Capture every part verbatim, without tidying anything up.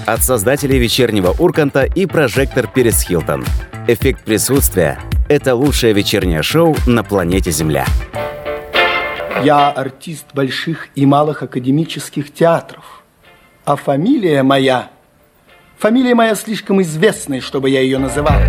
От создателей вечернего Урганта и прожектор Перес Хилтон. Эффект присутствия – это лучшее вечернее шоу на планете Земля. Я артист больших и малых академических театров. А фамилия моя... Фамилия моя слишком известная, чтобы я ее называл.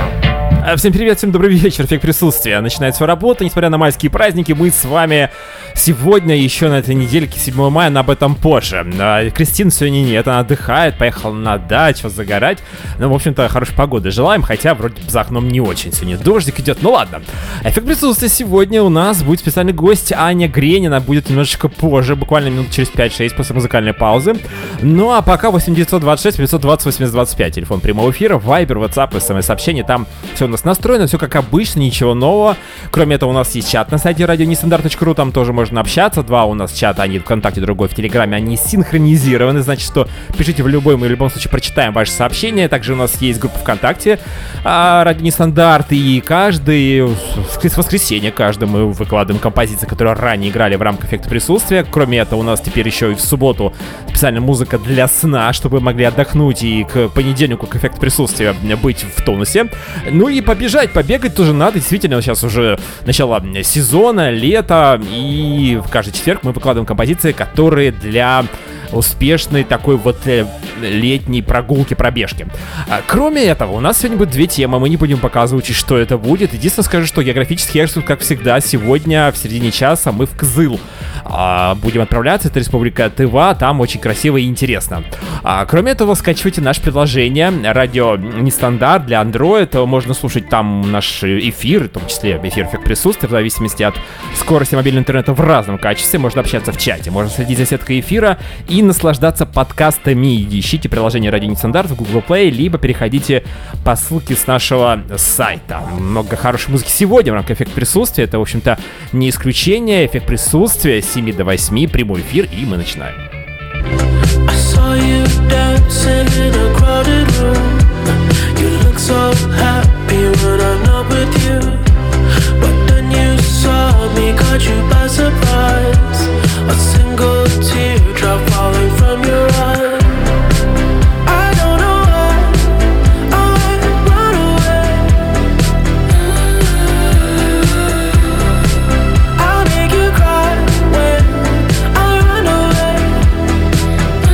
Всем привет, всем добрый вечер, эффект присутствия. Начинает свою работу, несмотря на майские праздники, мы с вами сегодня, еще на этой недельке, седьмого мая, но об этом позже. Кристина сегодня нет, она отдыхает, поехала на дачу загорать. Ну, в общем-то, хорошей погоды желаем, хотя вроде за окном не очень сегодня дождик идет, ну ладно. Эффект присутствия сегодня у нас будет специальный гость Аня Гренина, будет немножечко позже, буквально минут через пять-шесть после музыкальной паузы. Ну а пока восемь девятьсот двадцать шесть пятьсот двадцать восемьдесят двадцать пять, телефон прямого эфира, Вайбер, WhatsApp, смс-сообщение, там все у нас настроено, все как обычно, ничего нового. Кроме этого, у нас есть чат на сайте радио нестандарт точка ру, там тоже можно общаться. Два у нас чата, они в ВКонтакте, другой в Телеграме, они синхронизированы, значит, что пишите в любой, мы в любом случае прочитаем ваши сообщения. Также у нас есть группа ВКонтакте а, радио нестандарт, и каждый в воскресенье каждый мы выкладываем композиции, которые ранее играли в рамках эффекта присутствия. Кроме этого, у нас теперь еще и в субботу специальная музыка для сна, чтобы вы могли отдохнуть и к понедельнику, к эффекту присутствия, быть в тонусе. Ну и побежать, побегать тоже надо. Действительно, сейчас уже начало сезона, лето, и в каждый четверг мы выкладываем композиции, которые для успешной такой вот э, летней прогулки, пробежки. А, кроме этого, у нас сегодня будет две темы, мы не будем показывать, что это будет. Единственное скажу, что географический экскурс, как всегда, сегодня в середине часа мы в Кызыл а, будем отправляться. Это республика Тыва, там очень красиво и интересно. А, кроме этого, скачивайте наше приложение радио нестандарт для Android. Можно слушать там наш эфир, в том числе эфир эффект присутствия, в зависимости от скорости мобильного интернета в разном качестве. Можно общаться в чате, можно следить за сеткой эфира и наслаждаться подкастами. Ищите приложение радио нестандарт в Google Play, либо переходите по ссылке с нашего сайта. Много хорошей музыки сегодня в рамках эффекта присутствия. Это, в общем-то, не исключение. Эффект присутствия с семи до восьми, прямой эфир, и мы начинаем. A single teardrop falling from your eye. I don't know why I run away. I'll make you cry when I run away.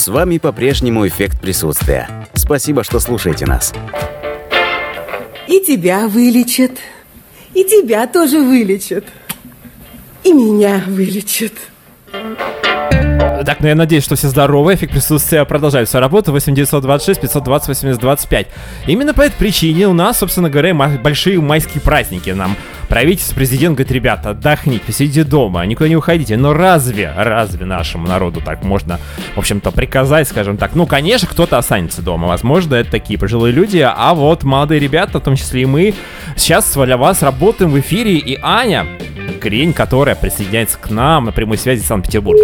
С вами по-прежнему «Эффект присутствия». Спасибо, что слушаете нас. И тебя вылечат, и тебя тоже вылечат, и меня вылечат. Так, ну я надеюсь, что все здоровы. Эффект присутствия продолжает свою работу. восемь девятьсот двадцать шесть пятьсот двадцать восемьдесят двадцать пять. Именно по этой причине у нас, собственно говоря, ма- большие майские праздники. Нам правительство, президент говорит: ребята, отдохните, посидите дома, никуда не уходите. Но разве, разве нашему народу так можно, в общем-то, приказать, скажем так? Ну, конечно, кто-то останется дома. Возможно, это такие пожилые люди. А вот молодые ребята, в том числе и мы, сейчас для вас работаем в эфире. И Аня Грень, которая присоединяется к нам на прямой связи из Санкт-Петербурга.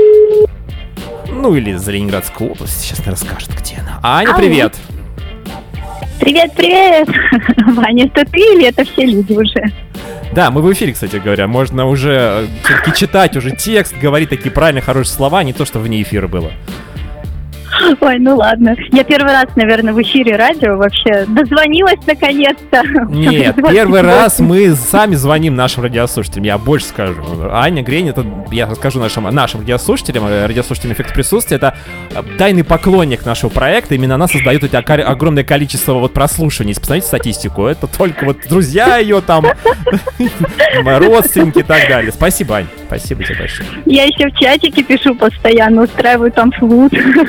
Ну или из Ленинградской области, сейчас не расскажет, где она. Аня, Алло. привет! Привет, привет! Ваня, это ты или это все люди уже? Да, мы в эфире, кстати говоря, можно уже все-таки читать уже текст, говорить такие правильные, хорошие слова, не то, что вне эфира было. Ой, ну ладно. Я первый раз, наверное, в эфире радио вообще дозвонилась наконец-то. Нет, первый раз мы сами звоним нашим радиослушателям, я больше скажу. Аня Грень, это, я скажу нашим, нашим радиослушателям, радиослушателям «Эффект присутствия», это тайный поклонник нашего проекта, именно она создает эти огромное количество вот прослушиваний. Если посмотрите статистику, это только вот друзья ее там, родственники и так далее. Спасибо, Ань, спасибо тебе большое. Я еще в чатике пишу постоянно, устраиваю там флут.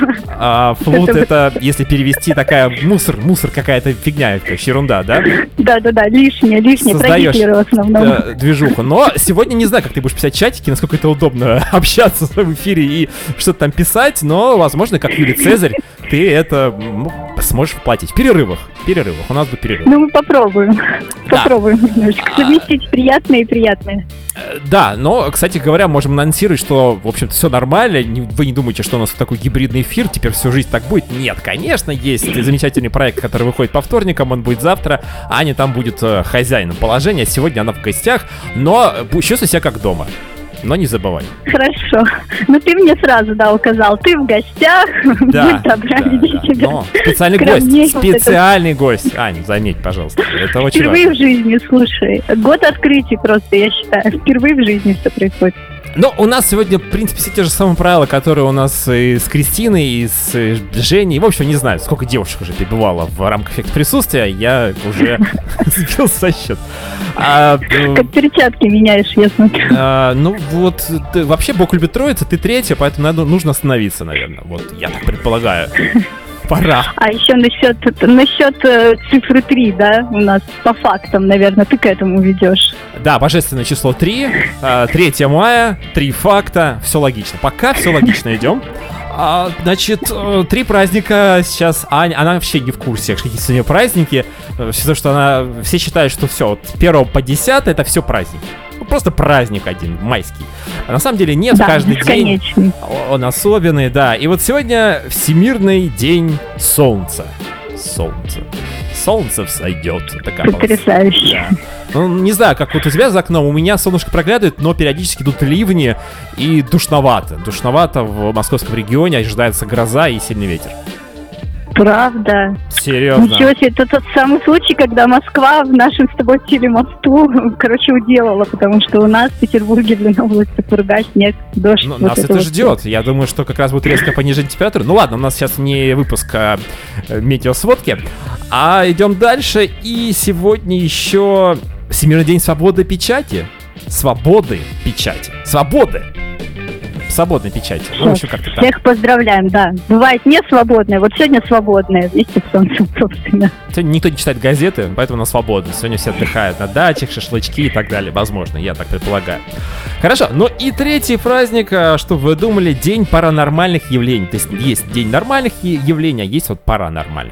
А флут это, если перевести, такая мусор, мусор какая-то фигня, короче, ерунда, да? Да-да-да, лишнее, лишнее, про Создаешь, Гитлера в основном. э, движуху. Но сегодня не знаю, как ты будешь писать чатики, насколько это удобно общаться в эфире и что-то там писать, но, возможно, как Юлий Цезарь, ты это ну, сможешь воплотить. В перерывах, в перерывах, у нас будет перерыв. Ну, мы попробуем. Да. Попробуем немножко А. совместить приятное и приятное. Э, Да, но, кстати говоря, можем анонсировать, что, в общем-то, все нормально. Не- Вы не думаете, что у нас такой гибридный эфир, теперь всю жизнь так будет? Нет, конечно, есть замечательный проект, который выходит по вторникам, он будет завтра. Аня там будет э, хозяином положения. Сегодня она в гостях, но э, чувствуй себя как дома. Но не забывай. Хорошо. Ну, ты мне сразу, да, указал. Ты в гостях. Да, Будь добра, да, веди да. себя. Но специальный скромнее. гость, Вот это специальный гость. Аня, заметь, пожалуйста, это очень Впервые важно. в жизни, слушай. Год открытий просто, я считаю. Впервые в жизни все происходит. Ну, у нас сегодня, в принципе, все те же самые правила, которые у нас и с Кристиной, и с э, Женей. В общем, не знаю, сколько девушек уже перебывало в рамках «Эффекта присутствия», я уже сбил со счет. А, э, Как перчатки меняешь, я смотрю. а, ну, вот, ты- вообще Бог любит троица, ты третья, поэтому надо, нужно остановиться, наверное. Вот, я так предполагаю. Пора. А еще насчет, насчет э, цифры три, да, у нас по фактам, наверное, ты к этому ведешь. Да, божественное число три, третьего мая, три факта, все логично. Пока все логично, идем. А, значит, э, три праздника сейчас. Аня, она вообще не в курсе, какие сегодня праздники. Э, Все, что она, все считают, что все, от первого по десятое это все праздники. Ну, просто праздник один, майский. А на самом деле нет, Да, каждый день бесконечный. он особенный, да. И вот сегодня Всемирный день солнца. Солнце. Солнце взойдет. Такая Потрясающе. да. Ну, не знаю, как вот у тебя за окном, у меня солнышко проглядывает, но периодически идут ливни и душновато. Душновато в московском регионе, ожидается гроза и сильный ветер. Правда. Серьезно. Ничего себе, это тот самый случай, когда Москва в нашем с тобой телемосту, короче, уделала, потому что у нас в Петербурге в Ленобласти пурга, снег, дождь. Ну, вот нас это вот ждет. Я думаю, что как раз будет резко понижение температуры. Ну ладно, у нас сейчас не выпуск а, э, метеосводки, а идем дальше. И сегодня еще Всемирный день свободы печати. Свободы печати. Свободы. Свободной печати. Ну, в общем, как-то так. Всех поздравляем, да. Бывает не свободное, вот сегодня свободное, вместе с солнцем, собственно. Сегодня никто не читает газеты, поэтому она свободна. Сегодня все отдыхают на дачах, шашлычки и так далее. Возможно, я так предполагаю. Хорошо, ну и третий праздник, а, что вы думали, день паранормальных явлений. То есть есть день нормальных е- явлений, а есть вот паранормальных.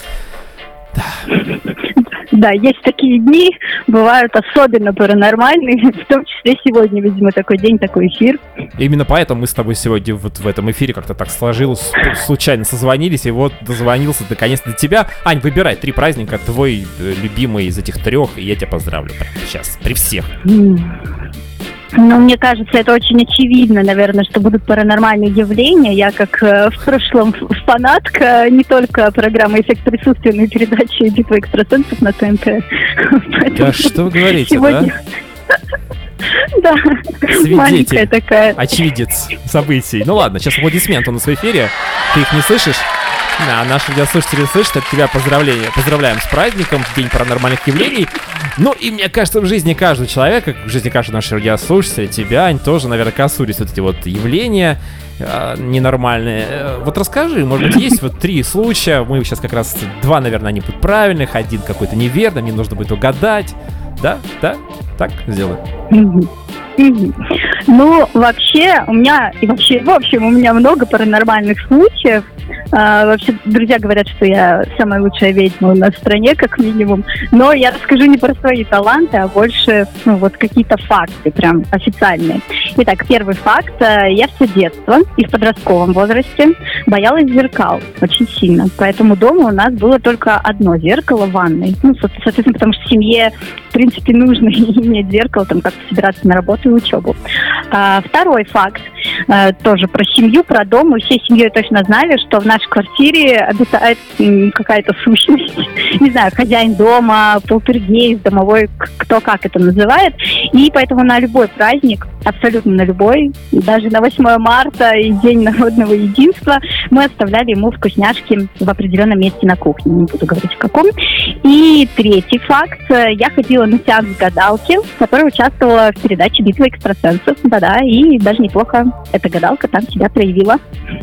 Да, есть такие дни, бывают особенно паранормальные, в том числе сегодня, видимо, такой день, такой эфир. Именно поэтому мы с тобой сегодня вот в этом эфире как-то так сложилось, случайно созвонились, и вот дозвонился наконец-то до тебя. Ань, выбирай три праздника, твой э, любимый из этих трех, и я тебя поздравлю прямо сейчас, при всех. Ну, мне кажется, это очень очевидно, наверное, что будут паранормальные явления. Я, как э, в прошлом ф- фанатка не только программы «Эффект присутствия», но и передачи «Битва экстрасенсов» на ТНТ. Да Поэтому что вы говорите, сегодня... да? Да, маленькая Свидетель, такая. очевидец событий. Ну ладно, сейчас аплодисменты у нас в эфире. Ты их не слышишь? Да, наши радиослушатели слышат от тебя поздравления. Поздравляем с праздником, День паранормальных явлений. Ну и мне кажется, в жизни каждого человека, в жизни каждого нашего радиослушателя, тебя, Ань, тоже, наверное, коснулись вот эти вот явления э, ненормальные. Э, Вот расскажи, может быть, есть вот три случая, мы сейчас как раз, два, наверное, они будут правильных, один какой-то неверный, мне нужно будет угадать. Да? Да? Так сделаем. Мгм. Мгм. Ну, вообще, у меня, и вообще, в общем, у меня много паранормальных случаев. А, вообще, друзья говорят, что я самая лучшая ведьма у нас в стране, как минимум. Но я расскажу не про свои таланты, а больше, ну, вот какие-то факты, прям официальные. Итак, первый факт. А, Я все детство и в подростковом возрасте боялась зеркал очень сильно. Поэтому дома у нас было только одно зеркало в ванной. Ну, со- соответственно, потому что в семье, в принципе, нужно иметь зеркало, там, как-то собираться на работу и учебу. А, Второй факт. а, Тоже про семью, про дом. Мы всей семьей точно знали, что в нашей квартире обитает м, какая-то сущность. Не знаю, хозяин дома, полтергейст, домовой, к- кто как это называет. И поэтому на любой праздник, абсолютно на любой, даже на восьмое марта и День народного единства, мы оставляли ему вкусняшки в определенном месте на кухне. Не буду говорить в каком. И третий факт. Я ходила на сеанс гадалки, которая участвовала в передаче «Битва экстрасенсов». Да-да, и даже неплохо эта гадалка там себя проявила.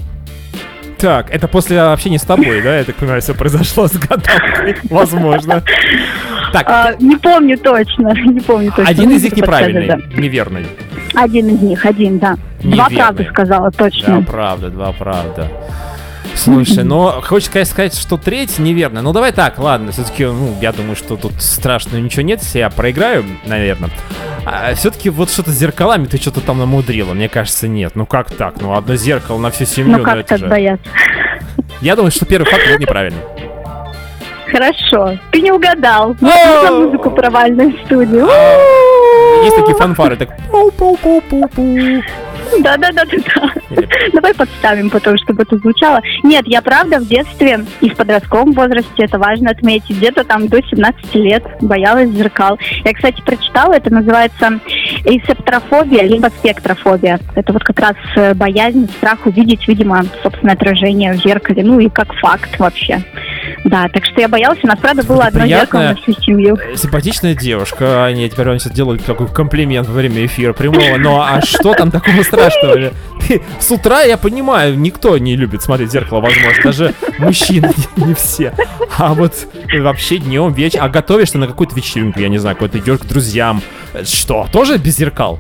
Так, это после общения с тобой, да? Я так понимаю, все произошло с гадалкой. Возможно. Так, А, не помню точно, не помню точно. один Не из них буду подсказывать, неправильный, неверный. да. Один из них, один, да. Два Неверный. правды сказала, Да, точно. правда, два правда. Слушай, но хочешь сказать, сказать, что треть неверно. Ну давай так, ладно, все-таки, ну, я думаю, что тут страшного ничего нет, если я проиграю, наверное. А все-таки вот что-то с зеркалами ты что-то там намудрила, мне кажется, нет. Ну как так? Ну одно зеркало на всю семью, Ну ну как это так же... бояться? Я думаю, что первый факт был неправильный. Хорошо, ты не угадал. О! Нужно музыку про бальную студию. Есть такие фанфары, так... пу-пу-пу-пу-пу. Да-да-да-да-да. Давай подставим потом, чтобы это звучало. Нет, я правда в детстве и в подростковом возрасте, это важно отметить, где-то там до семнадцати лет боялась зеркал. Я, кстати, прочитала, это называется эйсептрофобия, либо спектрофобия. Это вот как раз э, боязнь, страх увидеть, видимо, собственное отражение в зеркале, ну и как факт вообще. Да, так что я боялась, у нас, правда, было одно зеркало на всю семью. Симпатичная девушка, они теперь вам сейчас делают такой комплимент во время эфира прямого, но а что там такого страшного? Ты, с утра, я понимаю, никто не любит смотреть в зеркало, возможно, даже мужчины, не, не все. А вот вообще днем, вечером, а готовишь ты на какую-то вечеринку, я не знаю, куда-то идешь к друзьям, что, тоже без зеркал?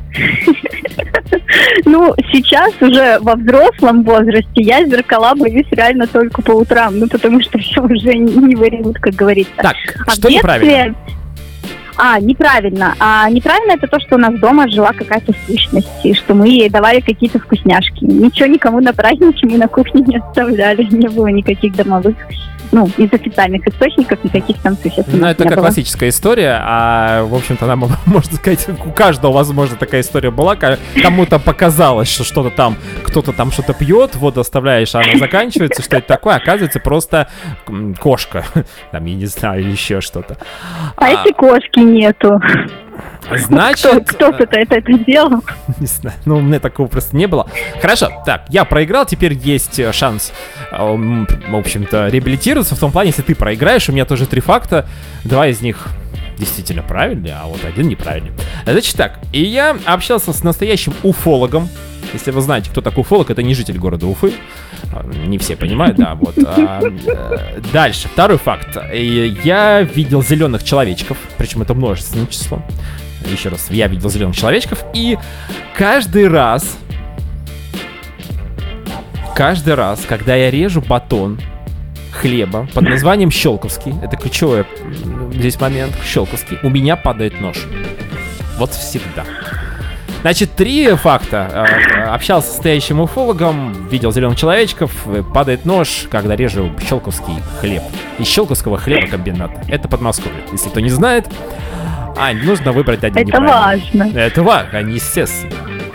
Ну, сейчас уже во взрослом возрасте я зеркала боюсь реально только по утрам, ну, потому что все уже не, не вариант, как говорится. Так, А что в детстве- неправильно? А, неправильно. А неправильно это то, что у нас дома жила какая-то сущность, и что мы ей давали какие-то вкусняшки. Ничего никому на праздники мы на кухне не оставляли, не было никаких домовых, ну, из официальных источников никаких там существ. у Ну, нас это не как было. классическая история, а, в общем-то, она, можно сказать, у каждого, возможно, такая история была, ка- кому-то показалось, что что-то там, кто-то там что-то пьет, воду оставляешь, а она заканчивается, что это такое, оказывается, просто м, кошка, там, я не знаю, или еще что-то. А если кошки нету? Значит... Кто, кто-то это, это делал? Не знаю, ну у меня такого просто не было. Хорошо, так, я проиграл, теперь есть э, шанс, э, м, в общем-то, реабилитироваться в том плане, если ты проиграешь, у меня тоже три факта, два из них действительно правильные, а вот один неправильный. Значит так, и я общался с настоящим уфологом. Если вы знаете, кто такой уфолог, это не житель города Уфы. А, Не все понимают, да, вот. А, э, Дальше, второй факт. И Я видел зеленых человечков, причем это множественное число. Еще раз, я видел зеленых человечков, и каждый раз, каждый раз, когда я режу батон хлеба под названием Щелковский, это ключевой м, здесь момент, Щелковский, у меня падает нож. Вот всегда. Значит, три факта. Э, Общался с настоящим уфологом, видел зеленых человечков, э, падает нож, когда режу щелковский хлеб. Из щелковского хлебокомбината. Это Подмосковье. Если кто не знает, Ань, нужно выбрать один Это неправильный. важно. Это важно, естественно.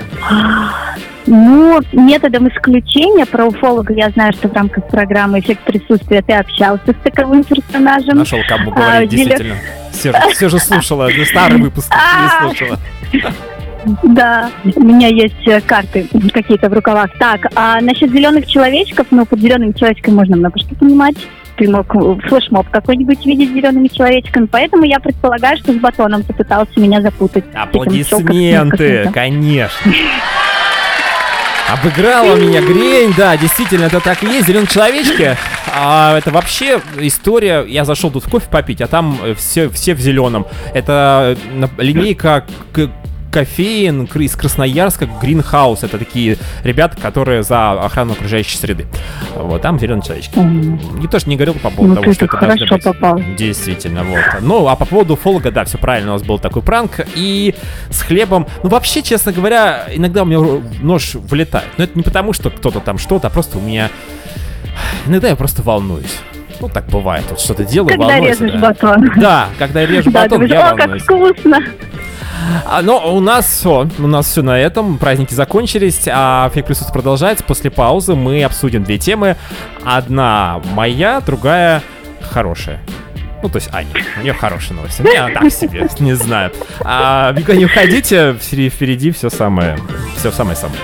Ну, методом исключения про уфолога я знаю, что в рамках программы «Эффект присутствия» ты общался с таковым персонажем. Нашел, кому А, говорить, Еле- действительно. Все же, все же слушала, ну, старый выпуск не слушала. Да, у меня есть э, карты какие-то в рукавах. Так, а насчет зеленых человечков, ну, под зелеными человечками можно много что понимать. Ты мог флешмоб какой-нибудь видеть с зелеными человечками, поэтому я предполагаю, что с батоном ты пытался меня запутать. Аплодисменты, конечно. Обыграла меня Грень, да, действительно, это так и есть. Зеленые человечки, а, это вообще история. Я зашел тут кофе попить, а там все, все в зеленом. Это линейка к- кофеин из Красноярска, Greenhouse. Это такие ребята, которые за охрану окружающей среды. Вот, там зеленые человечки. Mm. Никто же не говорил по поводу ну, того, что это должно быть. Попал. Действительно, вот. Ну, а по поводу фолга, да, все правильно, у нас был такой пранк. И с хлебом, ну, вообще, честно говоря, иногда у меня нож вылетает. Но это не потому, что кто-то там что-то, а просто у меня... Иногда я просто волнуюсь. Ну, так бывает, вот что-то делаю, когда волнуюсь. Когда режешь да. батон. Да, когда я режу батон, я о, волнуюсь. как вкусно. А, но у нас все, у нас все на этом, праздники закончились, а Фейк Присутствие продолжается. После паузы мы обсудим две темы. Одна моя, другая хорошая. Ну, то есть Аня, у нее хорошая новость, у меня так себе, не знаю. А никуда не уходите, впереди все самое, все самое-самое.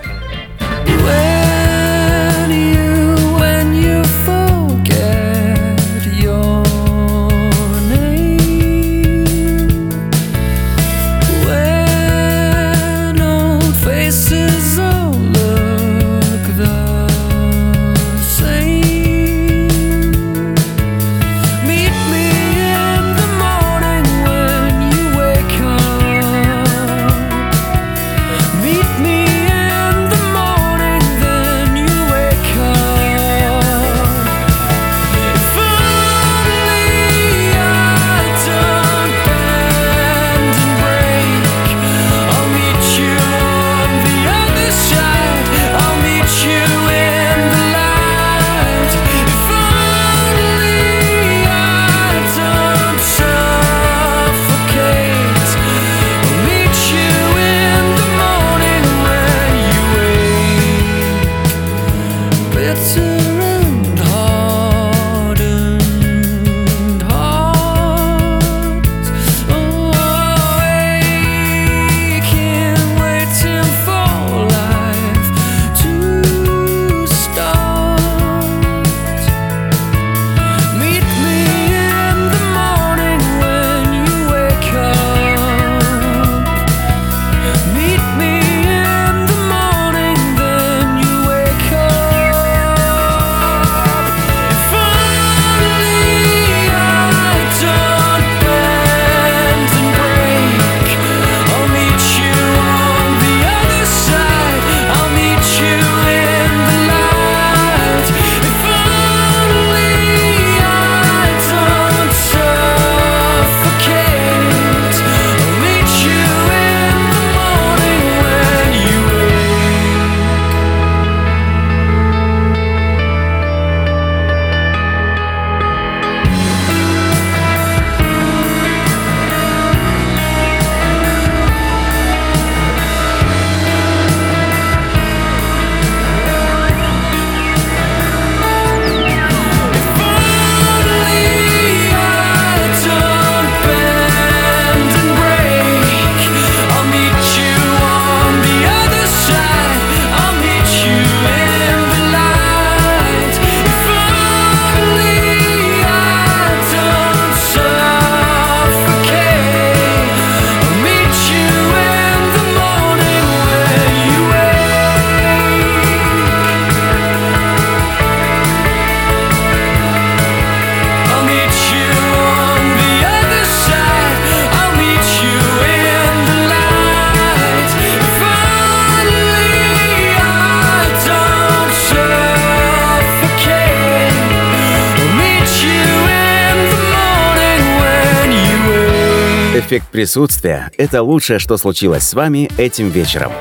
Эффект присутствия – это лучшее, что случилось с вами этим вечером.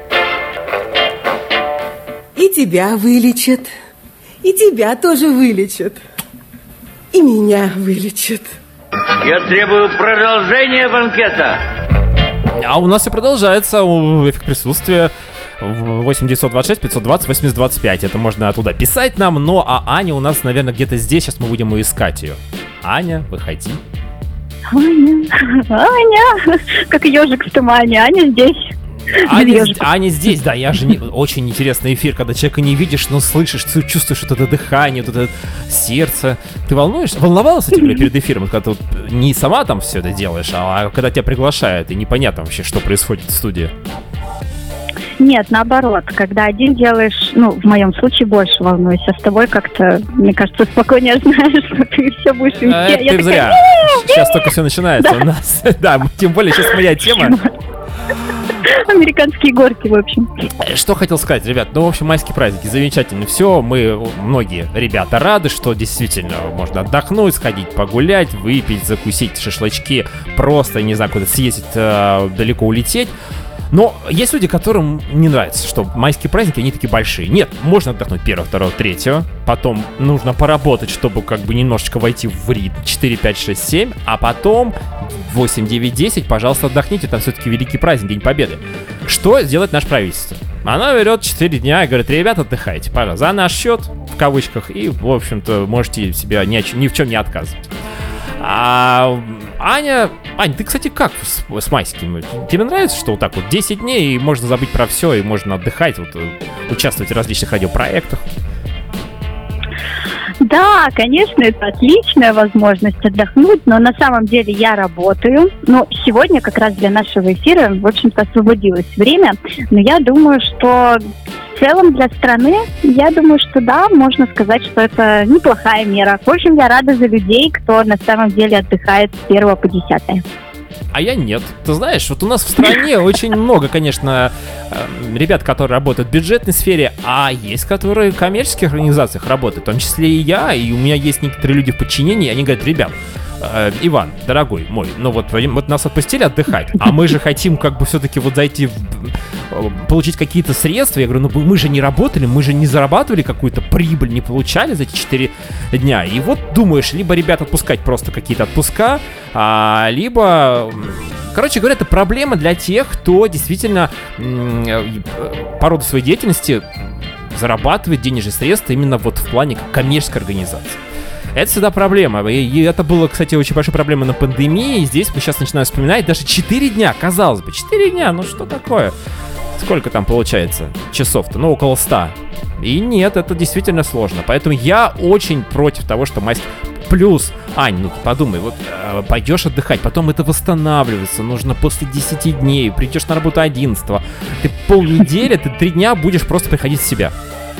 И тебя вылечат, и тебя тоже вылечат, и меня вылечат. Я требую продолжения банкета. А у нас все продолжается. Эффект присутствия. восемь девятьсот двадцать шесть пятьсот двадцать восемьдесят двадцать пять. Это можно оттуда писать нам. Но а Аня у нас, наверное, где-то здесь. Сейчас мы будем искать ее. Аня, выходи. Аня, Аня, как ежик в тумане, Аня здесь. Аня, Аня здесь, да, я же не... Очень интересный эфир, когда человека не видишь, но слышишь, ты чувствуешь вот это дыхание, вот это сердце. Ты волнуешься? Волновалась тебе перед эфиром, когда ты вот не сама там все это делаешь, а когда тебя приглашают, и непонятно вообще, что происходит в студии? Нет, наоборот, когда один делаешь, ну, в моем случае больше волнуюсь, а с тобой как-то, мне кажется, спокойнее знаешь, что ты все будешь вести. А это ты зря. Сейчас только все начинается у нас. Да, тем более сейчас моя тема. Американские горки, в общем. Что хотел сказать, ребят, ну, в общем, майские праздники, замечательно все, мы, многие ребята рады, что действительно можно отдохнуть, сходить погулять, выпить, закусить шашлычки, просто, не знаю, куда-то съездить, э, далеко улететь. Но есть люди, которым не нравится, что майские праздники, они такие большие. Нет, можно отдохнуть первого, второго, третьего. Потом нужно поработать, чтобы как бы немножечко войти в ритм. четыре, пять, шесть, семь. А потом восемь, девять, десять, пожалуйста, отдохните. Там все-таки великий праздник, День Победы. Что делает наше правительство? Оно берет четыре дня и говорит: ребят, отдыхайте, пожалуйста, за наш счет, в кавычках. И, в общем-то, можете себя ни, о, ни в чем не отказывать. А Аня... Ань, ты, кстати, как с, с майским? Тебе нравится, что вот так вот десять дней, и можно забыть про все, и можно отдыхать, вот, участвовать в различных радиопроектах? Да, конечно, это отличная возможность отдохнуть, но на самом деле я работаю. Но сегодня как раз для нашего эфира, в общем-то, освободилось время. Но я думаю, что в целом для страны, я думаю, что да, можно сказать, что это неплохая мера. В общем, я рада за людей, кто на самом деле отдыхает с первого по десятое. А я нет. Ты знаешь, вот у нас в стране очень много, конечно, ребят, которые работают в бюджетной сфере, а есть, которые в коммерческих организациях работают, в том числе и я, и у меня есть некоторые люди в подчинении, и они говорят: ребят, э, Иван, дорогой мой, ну вот, вот нас отпустили отдыхать, а мы же хотим как бы все-таки вот зайти в... получить какие-то средства. Я говорю: ну мы же не работали, мы же не зарабатывали какую-то прибыль, не получали за эти четыре дня. И вот думаешь, либо ребят отпускать просто какие-то отпуска, а, либо... Короче говоря, это проблема для тех, кто действительно м- по роду своей деятельности зарабатывает денежные средства именно вот в плане коммерческой организации. Это всегда проблема. И, и это было, кстати, очень большой проблемой на пандемии. И здесь мы сейчас начинаем вспоминать даже четыре дня, казалось бы. четыре дня, ну что такое? Сколько там получается часов-то? Ну, около ста. И нет, это действительно сложно. Поэтому я очень против того, что майский... Плюс, Ань, ну подумай, вот э, пойдешь отдыхать, потом это восстанавливается, нужно после десяти дней, придешь на работу одиннадцатого, ты полнедели, ты три дня будешь просто приходить в себя.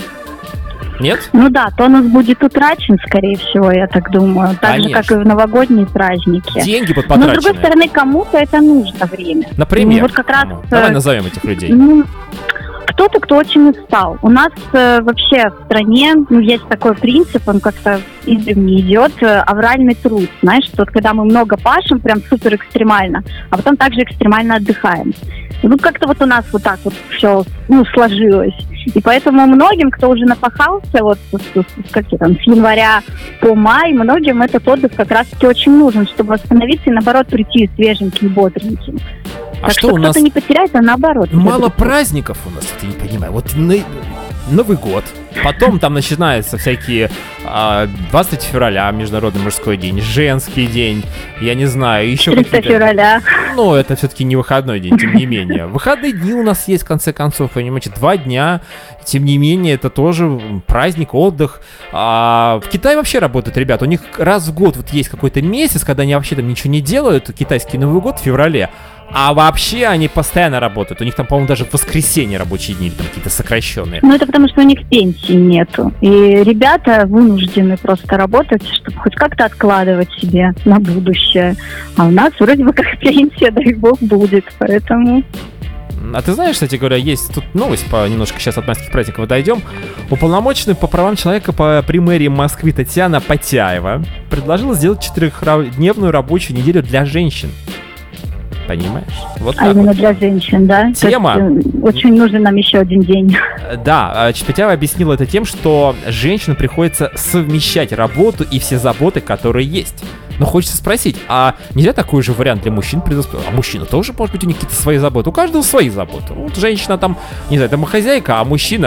Нет? Ну да, тонус будет утрачен, скорее всего, я так думаю. Так Конечно. же, как и в новогодние праздники. Деньги подпотраченные. Но, с другой стороны, кому-то это нужно время. Например? Ну, вот как раз, Давай назовем этих людей. Ну, кто-то, кто очень устал. У нас э, вообще в стране ну, есть такой принцип, он как-то издревле идет, э, авральный труд. Знаешь, что вот когда мы много пашем, прям супер экстремально, а потом также экстремально отдыхаем. И вот как-то вот у нас вот так вот все ну, сложилось. И поэтому многим, кто уже напахался, вот с, с, как там, с января по май, многим этот отдых как раз-таки очень нужен, чтобы восстановиться и, наоборот, прийти свеженьким, бодреньким. А так что, что у нас кто-то не потеряет, а наоборот. мало праздников у нас, я не понимаю. Вот на... Новый год, потом там начинаются всякие а, двадцать третьего февраля, Международный мужской день, женский день, я не знаю, еще какие-то... февраля. Ну, это все-таки не выходной день, тем не менее. Выходные дни у нас есть, в конце концов, понимаете, два дня, тем не менее, это тоже праздник, отдых. А в Китае вообще работают ребята, у них раз в год вот есть какой-то месяц, когда они вообще там ничего не делают, китайский Новый год в феврале. А вообще они постоянно работают. У них там, по-моему, даже в воскресенье рабочие дни, там какие-то сокращенные. Ну, это потому, что у них пенсии нету. И ребята вынуждены просто работать, чтобы хоть как-то откладывать себе на будущее. А у нас вроде бы как пенсия, дай бог, будет. Поэтому... А ты знаешь, кстати говоря, есть тут новость, по, немножко сейчас от майских праздников отойдем. Уполномоченный по правам человека по, при мэрии Москвы Татьяна Потяева предложила сделать четырехдневную рабочую неделю для женщин. Понимаешь? Вот а именно вот. Для женщин, да? Тема. Есть, очень нужен нам еще один день. Да, Потяева объяснила это тем, что женщинам приходится совмещать работу и все заботы, которые есть. Но хочется спросить, а нельзя такой же вариант для мужчин предусмотреть? А мужчина тоже, может быть, у них какие-то свои заботы? У каждого свои заботы. Вот женщина там, не знаю, домохозяйка, а мужчина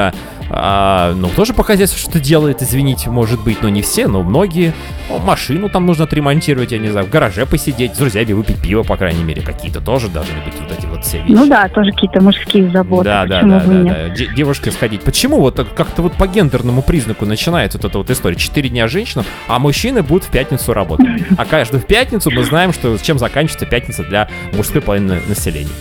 а, ну, тоже по хозяйству что-то делает, извините, может быть, но не все, но многие. Ну, машину там нужно отремонтировать, я не знаю, в гараже посидеть, с друзьями выпить пиво, по крайней мере, какие-то тоже должны быть вот эти вот все вещи. Ну да, тоже какие-то мужские заботы. Да, да, почему да, бы да, нет? да. Де- девушке сходить. Почему вот так- как-то вот по гендерному признаку начинается вот эта вот история? Четыре дня женщинам, а мужчины будут в пятницу работать. А каждую в пятницу мы знаем, что чем заканчивается пятница для мужской половины населения.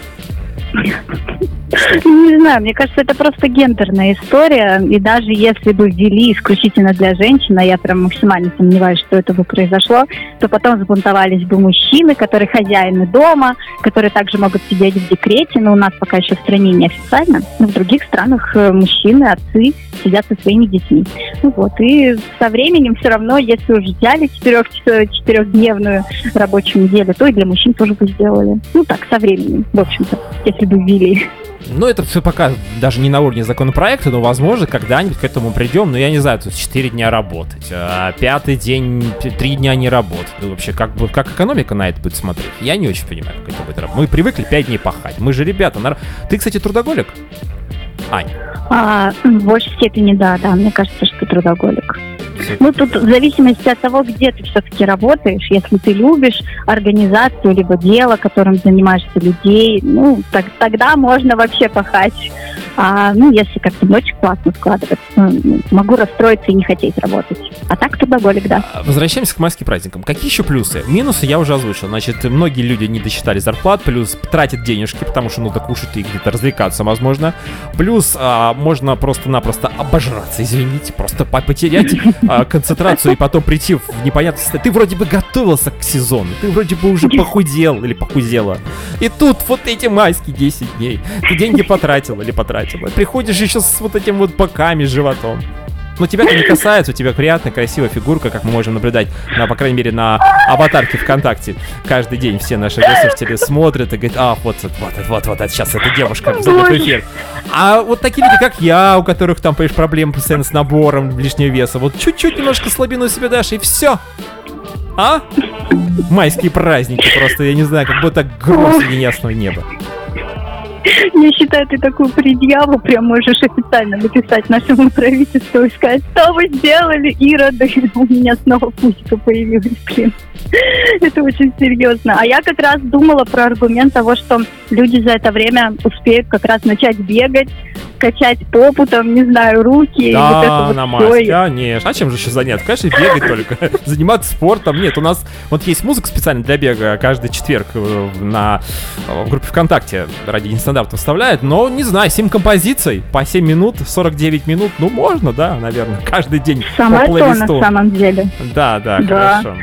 Не знаю, мне кажется, это просто гендерная история, и даже если бы ввели исключительно для женщин, а я прям максимально сомневаюсь, что это бы произошло, то потом забунтовались бы мужчины, которые хозяины дома, которые также могут сидеть в декрете, но у нас пока еще в стране неофициально, но в других странах э, мужчины, отцы сидят со своими детьми. Ну вот, и со временем все равно, если уж взяли четырех, четырехдневную рабочую неделю, то и для мужчин тоже бы сделали. Ну так, со временем, в общем-то, если бы ввели. Ну, это все пока даже не на уровне законопроекта, но, возможно, когда-нибудь к этому придем. Но я не знаю, тут четыре дня работать, а пятый день, три дня не работать. Ну, вообще, как, бы, как экономика на это будет смотреть? Я не очень понимаю, как это будет работать. Мы привыкли пять дней пахать. Мы же ребята. Нар... Ты, кстати, трудоголик? Ань? А, в большей степени, да, да, мне кажется, что трудоголик. Ну, тут в зависимости от того, где ты все-таки работаешь, если ты любишь организацию, либо дело, которым занимаешься, людей, ну, так, тогда можно вообще пахать. А, ну, если как-то не очень классно складывается, ну, могу расстроиться и не хотеть работать. А так трудоголик, да. Возвращаемся к майским праздникам. Какие еще плюсы? Минусы я уже озвучил. Значит, многие люди не досчитали зарплат, плюс тратят денежки, потому что нужно кушать и где-то развлекаться, возможно. Плюс а, можно просто-напросто обожраться, извините, просто потерять а, концентрацию и потом прийти в непонятное состояние. Ты вроде бы готовился к сезону, ты вроде бы уже похудел или похудела. И тут вот эти майские десять дней. Ты деньги потратил или потратила. Приходишь еще с вот этим вот боками, с животом. Но тебя это не касается, у тебя приятная, красивая фигурка, как мы можем наблюдать, на, по крайней мере, на аватарке ВКонтакте. Каждый день все наши слушатели смотрят и говорят: а, вот, вот, вот, вот, вот, это сейчас эта девушка зайдет в эфир. А вот такие люди, как я, у которых там, понимаешь, проблемы постоянно с набором лишнего веса, вот чуть-чуть немножко слабину себе дашь, и все. А? Майские праздники просто, я не знаю, как будто гром среди ясного неба. Я считаю, ты такую предъяву прям можешь официально написать нашему правительству и сказать: что вы сделали, ироды? У меня снова пусика появилась, блин. Это очень серьезно. А я как раз думала про аргумент того, что люди за это время успеют как раз начать бегать, качать попу, там, не знаю, руки. Да, и вот это вот на всё. маске, конечно. А чем же еще заняться? Конечно, бегать только. Заниматься спортом. Нет, у нас вот есть музыка специально для бега. Каждый четверг на в группе ВКонтакте ради нестандартов вставляет. Но, не знаю, семь композиций по семь минут, сорок девять минут. Ну, можно, да, наверное. Каждый день Самое по то плейлисту. на самом деле. Да, да, Да. хорошо.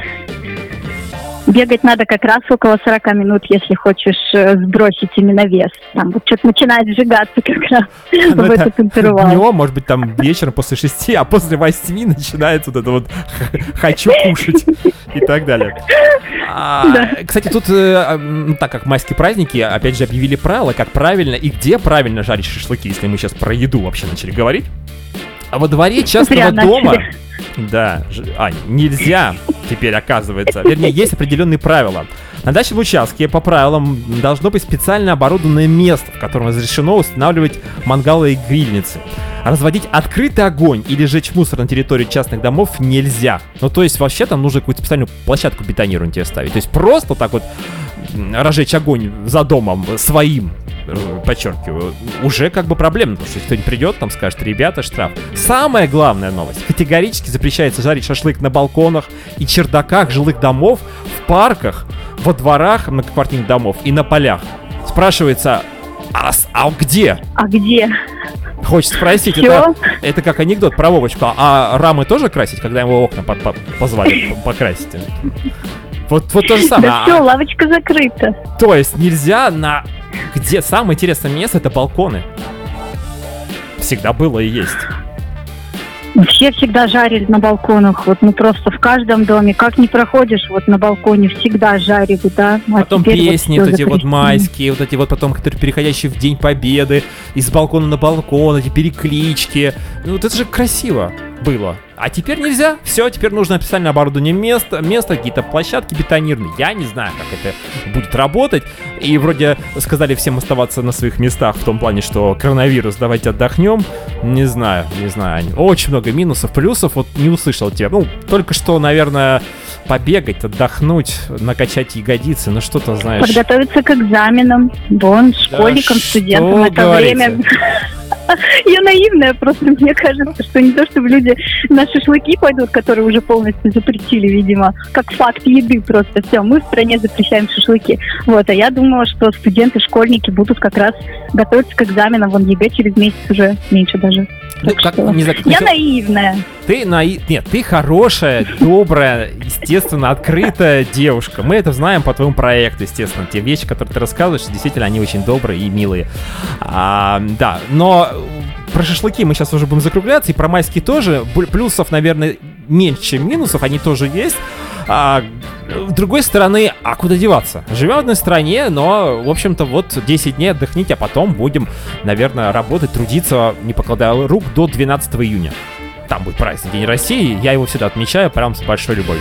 Бегать надо как раз около сорок минут, если хочешь э, сбросить именно вес. Там вот что-то начинает сжигаться как раз Ну, в это этот интервал. днем, может быть, там вечером после шести, а после восьми начинается вот это вот «хочу кушать» и так далее. А, кстати, тут, э, м, так как майские праздники, опять же, объявили правила, как правильно и где правильно жарить шашлыки, если мы сейчас про еду вообще начали говорить. А во дворе частного Зря дома... начали. Да, ж- Ань, нельзя теперь, оказывается. Вернее, есть определенные правила. На дачном участке по правилам должно быть специально оборудованное место, в котором разрешено устанавливать мангалы и грильницы. Разводить открытый огонь или жечь мусор на территории частных домов нельзя. Ну, то есть, вообще там нужно какую-то специальную площадку бетонированную тебе ставить. То есть, просто так вот м, разжечь огонь за домом своим, э, подчеркиваю, уже как бы проблемно, потому что если кто-нибудь придет, там скажет: ребята, штраф. Самая главная новость: категорически запрещается жарить шашлык на балконах и чердаках жилых домов, в парках, во дворах многоквартирных домов и на полях. Спрашивается: а, с- а где? А где? Хочется спросить, Чё? это, это как анекдот про Вовочку. А рамы тоже красить, когда его окна по- по- позвали п- покрасить? Вот, вот то же самое. Да А- все, лавочка закрыта. То есть нельзя на... Где самое интересное место — это балконы. Всегда было и есть. Все всегда жарили на балконах, вот ну просто в каждом доме. Как не проходишь, вот на балконе всегда жарили, да. А Потом теперь песни вот вот всё эти вот запретили. майские, вот эти вот потом, которые переходящие в День Победы, из балкона на балкон, эти переклички. Ну вот это же красиво было. А теперь нельзя. Все, теперь нужно специальное оборудование места, место, какие-то площадки бетонированные. Я не знаю, как это будет работать. И вроде сказали всем оставаться на своих местах в том плане, что коронавирус, давайте отдохнем. Не знаю, не знаю. Очень много минусов, плюсов вот не услышал тебя. Ну, только что, наверное, побегать, отдохнуть, накачать ягодицы, ну что-то, знаешь... Подготовиться к экзаменам. Вон, школьникам, Да студентам. что Это говорите? время... Я наивная, просто мне кажется, что не то, чтобы люди на шашлыки пойдут, которые уже полностью запретили, видимо, как факт еды просто. Все, мы в стране запрещаем шашлыки. Вот, а я думала, что студенты, школьники будут как раз готовиться к экзаменам. Вон, ЕГЭ через месяц уже меньше даже. Ну, Так как, что не знаю, как я насчет- наивная. Ты наи... Нет, ты хорошая, добрая, естественно, открытая девушка. Мы это знаем по твоему проекту, естественно. Те вещи, которые ты рассказываешь, действительно, они очень добрые и милые. А, да, но про шашлыки мы сейчас уже будем закругляться, и про майские тоже. Бу- Плюсов, наверное, меньше, чем минусов, они тоже есть. А, с другой стороны, а куда деваться? Живем в одной стране, но, в общем-то, вот десять дней отдохните, а потом будем, наверное, работать, трудиться, не покладая рук, до двенадцатого июня. Там будет праздник День России, я его всегда отмечаю прям с большой любовью.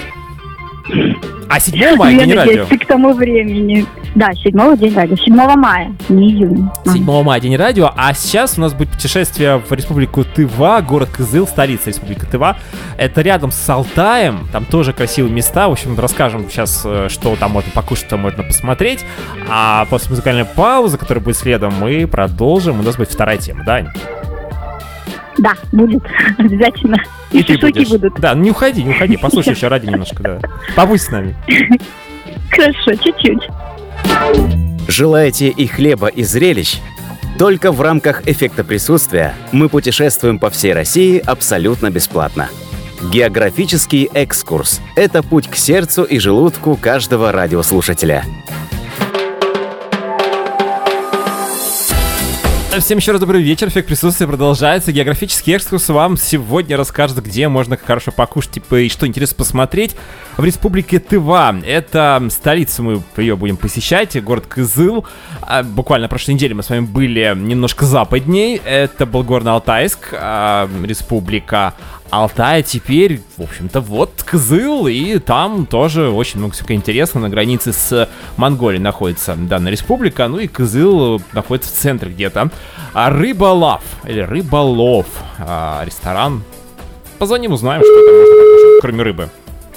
А седьмого мая Я День надеюсь, радио. ты к тому времени. Да, седьмого день радио. седьмого мая, не июня. седьмого мая День радио, а сейчас у нас будет путешествие в Республику Тыва, город Кызыл, столица Республики Тыва. Это рядом с Алтаем, там тоже красивые места. В общем, расскажем сейчас, э, что там можно покушать, что можно посмотреть. А после музыкальной паузы, которая будет следом, мы продолжим. У нас будет вторая тема, да, Ань? Да, будет. Обязательно. И, ты шашлыки будешь. будут. Да, не уходи, не уходи, послушай еще ради немножко, да. Побудь с нами. Хорошо, чуть-чуть. Желаете и хлеба, и зрелищ? Только в рамках эффекта присутствия мы путешествуем по всей России абсолютно бесплатно. Географический экскурс – это путь к сердцу и желудку каждого радиослушателя. Всем еще раз добрый вечер, эффект присутствия продолжается. Географический экскурс вам сегодня расскажет, где можно хорошо покушать типа, и что интересно посмотреть в Республике Тыва. Это столица, мы ее будем посещать, город Кызыл. А, буквально на прошлой неделе мы с вами были немножко западней. Это был Горно-Алтайск, а, Республика Алтай. Теперь, в общем-то, вот Кызыл, и там тоже очень много всего интересного. На границе с Монголией находится данная республика, ну и Кызыл находится в центре где-то. А Рыболав, или Рыболов, а, ресторан. Позвоним, узнаем, что там можно покушать, кроме рыбы.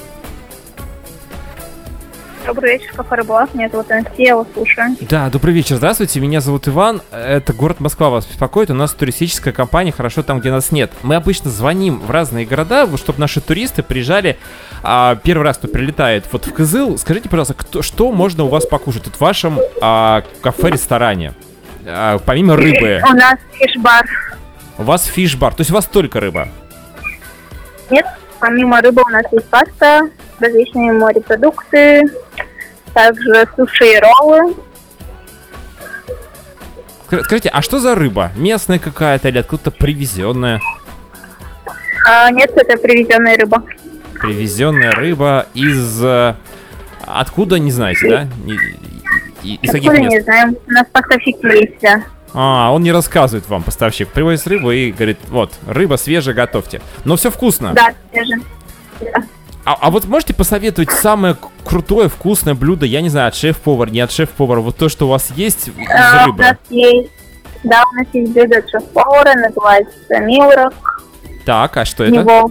Добрый вечер, кафе «Рыболов». Меня зовут Анастасия, я вас слушаю. Да, добрый вечер, здравствуйте, меня зовут Иван. Это город Москва вас беспокоит, у нас туристическая компания «Хорошо там, где нас нет». Мы обычно звоним в разные города, чтобы наши туристы приезжали. А, первый раз, кто прилетает вот в Кызыл, скажите, пожалуйста, кто, что можно у вас покушать вот в вашем а, кафе-ресторане, а, помимо рыбы? У нас фиш-бар. У вас фиш-бар, то есть у вас только рыба? Нет, помимо рыбы у нас есть паста, различные морепродукты, также суши и роллы. Скажите, а что за рыба? Местная какая-то или откуда-то привезенная? А, нет, это привезенная рыба. Привезенная рыба из... э, Откуда, не знаете, да? И- и- Из каких Откуда не мест? знаем. У нас поставщик есть, да. А, он не рассказывает вам, поставщик. Привозит рыбу и говорит, вот, рыба свежая, готовьте. Но все вкусно. Да, свежий. Да. А, а вот можете посоветовать самое к- крутое, вкусное блюдо, я не знаю, от шеф-повара, не от шеф-повара, вот то, что у вас есть из А, у рыбы? нас есть, да, у нас есть блюдо от шеф-повара, называется милрок. Так, а что У это? него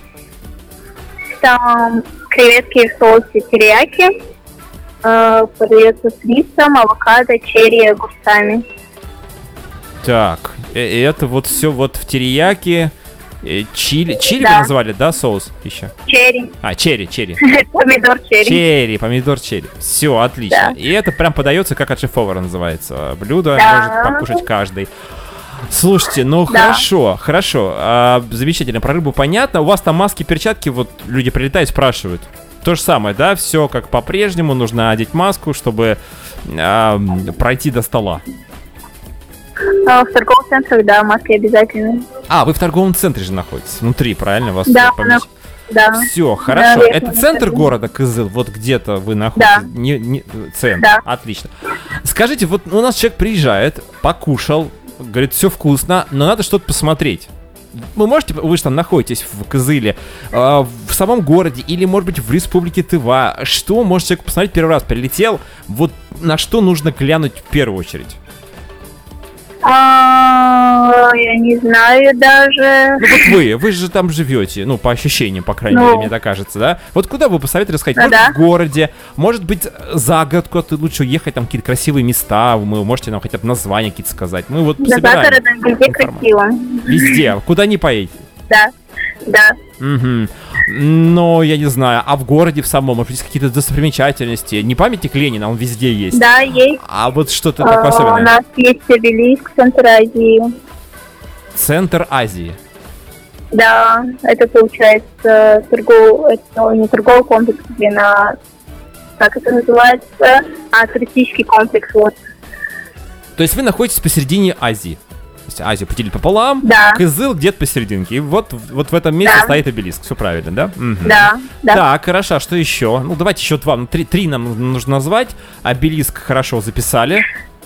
там креветки в соусе терияки, э, подается с рисом, авокадо, черри и огурцами. Так, э- э, это вот все вот в терияке, э, чили, чили Да. вы назвали, да, соус еще? Черри. А, черри, черри. Помидор черри. Черри, помидор черри. Все, отлично. Да. И это прям подается, как от шеф-повара называется. Блюдо Да. может покушать каждый. Слушайте, ну Да. хорошо, хорошо. А, замечательно, про рыбу понятно. У вас там маски, перчатки, вот люди прилетают, спрашивают. То же самое, да? Все как по-прежнему, нужно одеть маску, чтобы а, пройти до стола. А, в торговых центрах, да, маски обязательны. А, вы в торговом центре же находитесь, внутри, правильно? Вас Да, помещ- Да. Все, хорошо. Да, Это верхний центр этаж. города Кызыл, вот где-то вы находитесь. Да. Не, не- центр. Да. Отлично. Скажите, вот у нас человек приезжает, покушал, говорит, все вкусно, но надо что-то посмотреть. вы можете, вы же там находитесь в Кызыле, э, в самом городе или, может быть, в республике Тыва, что может человек посмотреть первый раз, прилетел, вот на что нужно глянуть в первую очередь? А, я не знаю даже. Ну вот вы, вы же там живете, ну по ощущениям, по крайней Ну. мере, мне так кажется, да? Вот куда вы посоветуете сходить? Ну Может да. в городе, может быть за город куда-то лучше уехать, там какие-то красивые места, вы можете нам хотя бы названия какие-то сказать. Мы вот Да, за собираем городом везде информацию. красиво. Везде, куда не поедете? Да, да. Угу. Но я не знаю, а в городе в самом, может быть, есть какие-то достопримечательности? Не памятник Ленина, он везде есть. Да, есть. А вот что-то А, такое у особенное. нас есть обелиск Центр Азии. Центр Азии. Да, это получается торговый, это не торговый комплекс, блин, а как это называется? А, туристический комплекс, вот. То есть вы находитесь посередине Азии. То есть Азию поделили пополам, Да. Кызыл где-то посерединке. И вот, вот в этом месте Да. стоит обелиск. Все правильно, да? Мгм. Да, да. Так, хорошо, а что еще? Ну, давайте еще два. Ну, три, три нам нужно назвать. Обелиск хорошо записали.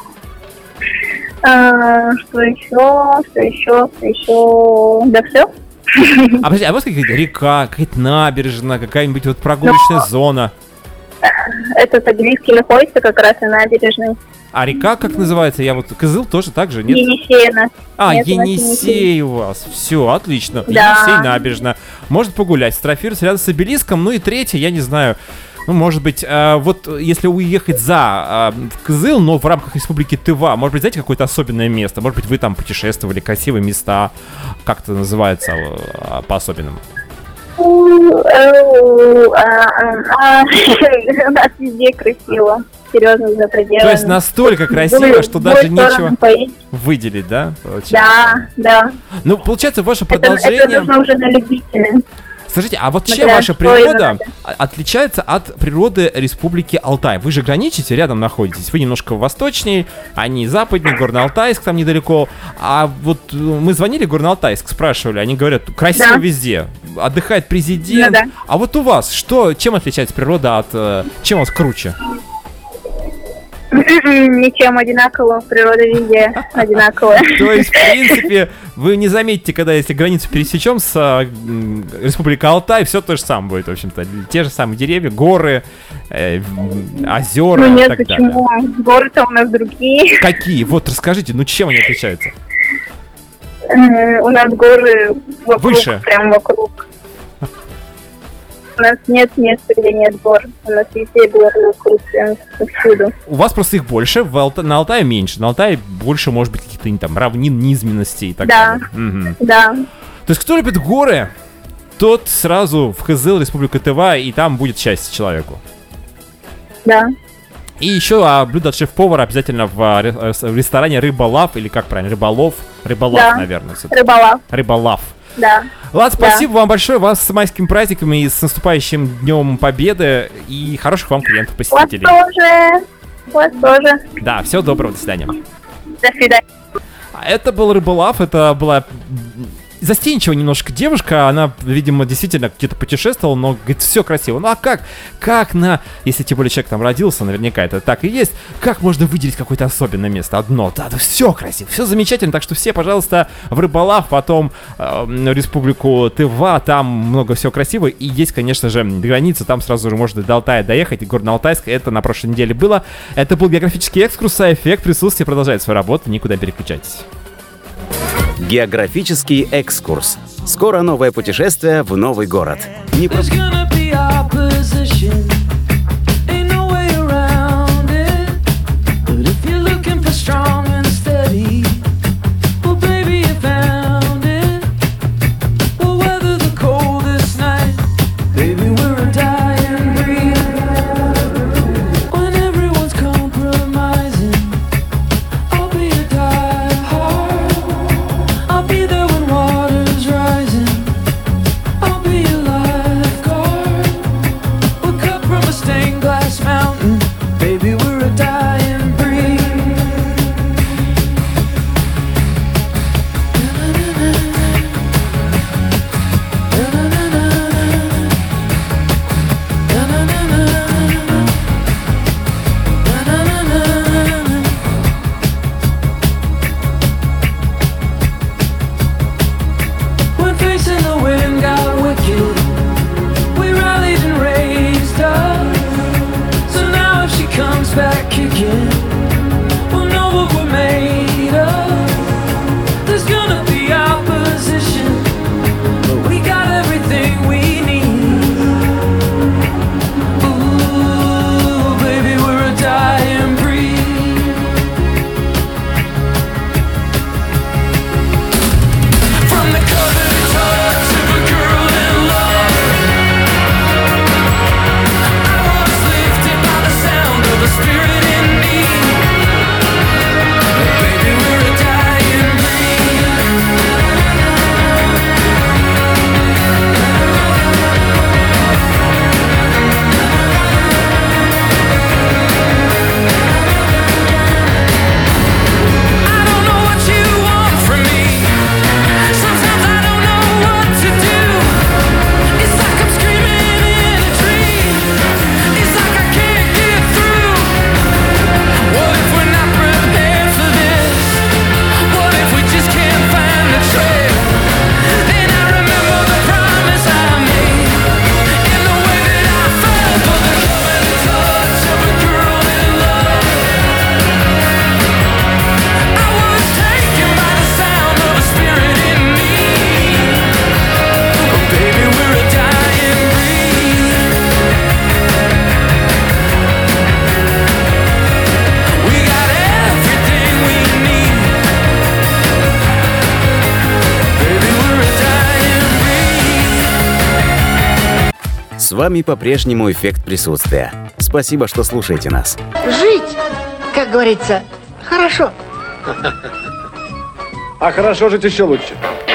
А, что еще? Что еще? Что еще? Да все? А подожди, а вот какая-то река, какая-то набережная, какая-нибудь вот прогулочная зона. Этот обелиск находится как раз на набережной. А река как называется? Я вот Кызыл тоже так же, нет? Енисей у нас. А, Нет, у нас Енисей у вас. Все, отлично. Да. Енисей, набережная. Может погулять, сфотографироваться рядом с обелиском. Ну и третье, я не знаю. Ну, может быть, э, вот если уехать за э, в Кызыл, но в рамках Республики Тыва, может быть, знаете, какое-то особенное место? Может быть, вы там путешествовали, красивые места. Как это называется э, по-особенному? У нас везде красиво. Серьезно, за пределами. То есть настолько красиво, что даже нечего поесть. выделить, да? Получается? Да, да. Ну, получается, ваше Это, продолжение... это нужно уже на любителя. Скажите, а вот чем Смотря ваша что именно природа надо. о- отличается от природы Республики Алтай? Вы же граничите, рядом находитесь. Вы немножко восточнее, они западнее, Горно-Алтайск там недалеко. А вот э, мы звонили в Горно-Алтайск, спрашивали, они говорят, красиво Да. везде, отдыхает президент. Ну да. А вот у вас, что, чем отличается природа от... э, чем у вас круче? Ничем одинаково, природа везде одинаковая. То есть, в принципе, вы не заметите, когда если границу пересечем с а, м, Республикой Алтай, все то же самое будет, в общем-то. Те же самые деревья, горы, э, м, озера Ну и нет, так почему? далее. Горы-то у нас другие. Какие? Вот, расскажите, ну чем они отличаются? М, У нас горы вокруг, Выше. прям вокруг. У нас нет места, где нет гор. У нас везде горы вокруг, прям повсюду. У вас просто их больше, в Алта- на Алтае меньше. На Алтае больше, может быть, каких-то там равнин, низменностей и так Да. далее. Мгм. Да. То есть, кто любит горы, тот сразу в Кызыл, Республика Тыва, и там будет счастье человеку. Да. И еще а, блюдо от шеф-повара обязательно в, а, ре- э, с- в ресторане Рыболав, или как правильно, Рыболов? Рыболав, Да. наверное. всё-таки. Рыболов. Рыболав. Да. Ладно, Да. спасибо вам большое, вас с майскими праздниками и с наступающим Днем Победы, и хороших вам клиентов, Вас посетителей. тоже. Вас тоже. Да, всего доброго, до свидания. До свидания. А Это был Рыболав, это была м, застенчивая немножко девушка, она, видимо, действительно где-то путешествовала, но говорит, все красиво. Ну а как? Как на... Если тем более человек там родился, наверняка это так и есть, как можно выделить какое-то особенное место? Одно. Да, да, все красиво, все замечательно, так что все, пожалуйста, в Рыболав, потом э, в Республику Тыва, там много всего красивого, и есть, конечно же, граница, там сразу же можно до Алтая доехать, и Горно-Алтайск, это на прошлой неделе было. Это был географический экскурс, а эффект присутствия продолжает свою работу, никуда не переключайтесь. Географический экскурс. Скоро новое путешествие в новый город. Не There's gonna be opposition. Ain't no way around it. But if you're looking for strong and steady, well, baby, you found it. We'll weather the coldest night. Baby, we're a dying breed. When everyone's compromising, I'll be a diehard. I'll be there when water's rising. I'll be a lifeguard. We'll cut again. We'll know what we're made of. There's gonna be opposition, but we got everything we need. Ooh, baby, we're a dying breed. From the covered touch of a girl in love, I was lifted by the sound of a spirit in me. Baby, we're a dying breed. I don't know what you want from me. Sometimes I don't know what to do. It's like I'm screaming in a dream. It's like I can't get through. What if we're not prepared for this? What if we just can't find the trail? Then I remember the promise I made and the way that I felt for the covered touch of a girl in love. I was taken by the sound of a spirit in me. Oh, baby, we're a dying breed. We got everything we need. Baby, we're a dying breed. С вами по-прежнему «Эффект присутствия». Спасибо, что слушаете нас. Жить, как говорится, хорошо. А хорошо жить еще лучше.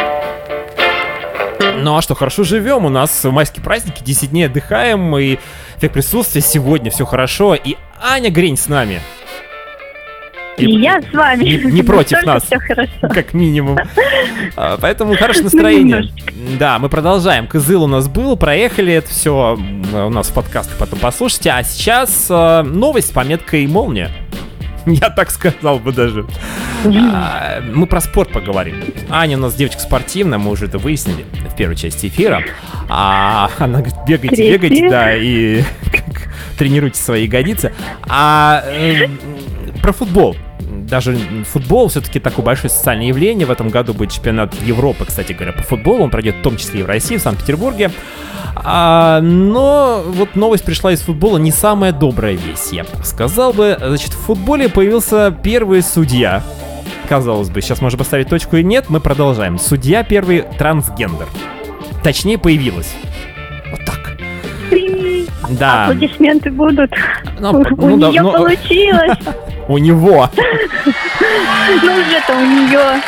Ну а что, хорошо живем, у нас майские праздники, десять дней отдыхаем, и эффект присутствия сегодня, все хорошо, и Аня Грень с нами. И я с вами. Не, не против Только нас, всё хорошо. как минимум. А, поэтому хорошее настроение. немножечко. Да, мы продолжаем. Кызыл у нас был, проехали, это все у нас в подкастах потом послушайте. А сейчас э, новость с пометкой «Молния». Я так сказал бы даже. А, мы про спорт поговорим. Аня у нас девочка спортивная, мы уже это выяснили в первой части эфира. А она говорит, бегайте, Третья. бегайте, да, и тренируйте свои ягодицы. А э, про футбол. Даже футбол все-таки такое большое социальное явление. В этом году будет чемпионат Европы, кстати говоря, по футболу. Он пройдет в том числе и в России, в Санкт-Петербурге. А, но вот новость пришла из футбола, не самая добрая весть, я бы сказал бы. Значит, в футболе появился первый судья. Казалось бы, сейчас можно поставить точку и нет, мы продолжаем. Судья первый трансгендер. Точнее, появилась. Вот так. Да. Аплодисменты будут. Ну, У ну, да, нее ну, получилось. У него. Ну уже-то у нее.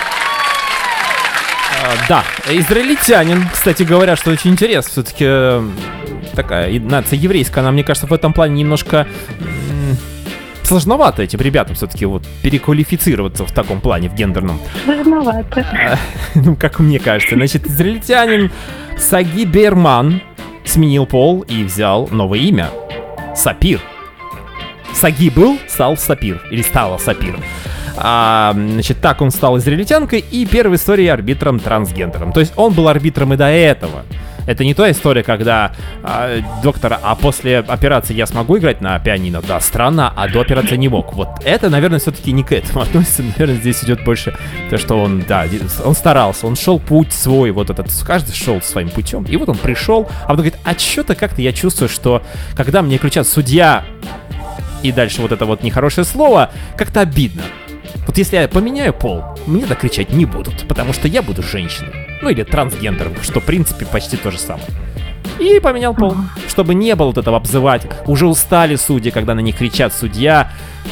А, да, израильтянин, кстати говоря, что очень интересно, все-таки э, такая и- нация еврейская, она, мне кажется, в этом плане немножко м, сложновато этим ребятам все-таки вот переквалифицироваться в таком плане, в гендерном. Сложновато. А, ну, как мне кажется. Значит, израильтянин Саги Берман сменил пол и взял новое имя. Сапир. Саги был, стал Сапир. Или стала Сапир. А, значит, так он стал израильтянкой и первой в истории арбитром-трансгендером. То есть он был арбитром и до этого. Это не та история, когда а, доктор, а после операции я смогу играть на пианино? Да, странно, а до операции не мог. Вот это, наверное, все-таки не к этому относится. Наверное, здесь идет больше то, что он, да, он старался, он шел путь свой, вот этот, каждый шел своим путем. И вот он пришел, а потом говорит, а что-то как-то я чувствую, что когда мне кричат «судья» и дальше вот это вот нехорошее слово, как-то обидно. Вот если я поменяю пол, мне так кричать не будут, потому что я буду женщиной. Ну или трансгендером, что в принципе почти то же самое. И поменял пол, чтобы не было вот этого обзывать. Уже устали судьи, когда на них кричат «судья».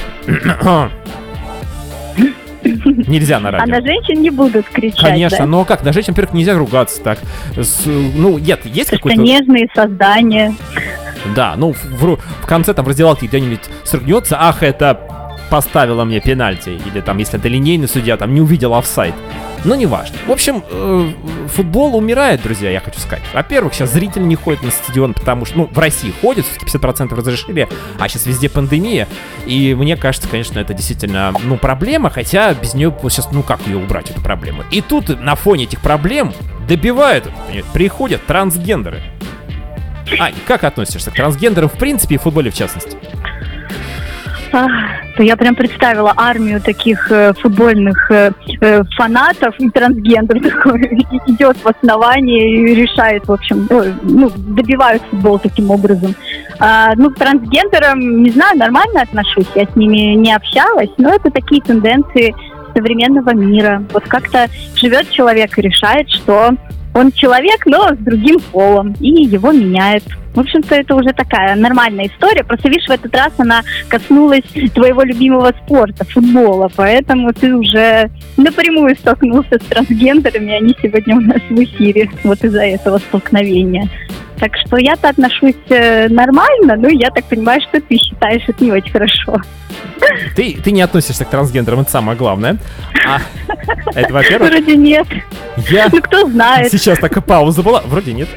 Нельзя на радио. А на женщин не будут кричать, Конечно, да? но как? На женщин, во-первых, нельзя ругаться так. С, ну, нет, есть Это какой-то... нежные создания. Да, ну, в, в конце там в раздевалке где-нибудь срыгнется, ах, это поставила мне пенальти. Или там, если это линейный судья, там не увидел офсайд. Но не важно. В общем, э, футбол умирает, друзья, я хочу сказать. Во-первых, сейчас зрители не ходят на стадион, потому что, ну, в России ходят, все-таки пятьдесят процентов разрешили, а сейчас везде пандемия. И мне кажется, конечно, это действительно, ну, проблема, хотя без нее сейчас, ну, как ее убрать, эту проблему? И тут на фоне этих проблем добивают, приходят трансгендеры. Ань, как относишься к трансгендерам в принципе и в футболе в частности? а, то я прям представила армию таких э, футбольных э, э, фанатов и трансгендеров, такой идет в основании и решает, в общем, э, ну, добивают футбол таким образом. А, ну, к трансгендерам, не знаю, нормально отношусь, я с ними не общалась, но это такие тенденции современного мира. Вот как-то живет человек и решает, что он человек, но с другим полом, и его меняет. В общем-то, это уже такая нормальная история. Просто, видишь, в этот раз она коснулась твоего любимого спорта, футбола. Поэтому ты уже напрямую столкнулся с трансгендерами, они сегодня у нас в эфире. Вот из-за этого столкновения. Так что я-то отношусь нормально, но я так понимаю, что ты считаешь это не очень хорошо. Ты, ты не относишься к трансгендерам, это самое главное. А, это, во-первых... Вроде нет. Я... Ну, кто знает. Сейчас такая пауза была. Вроде нет.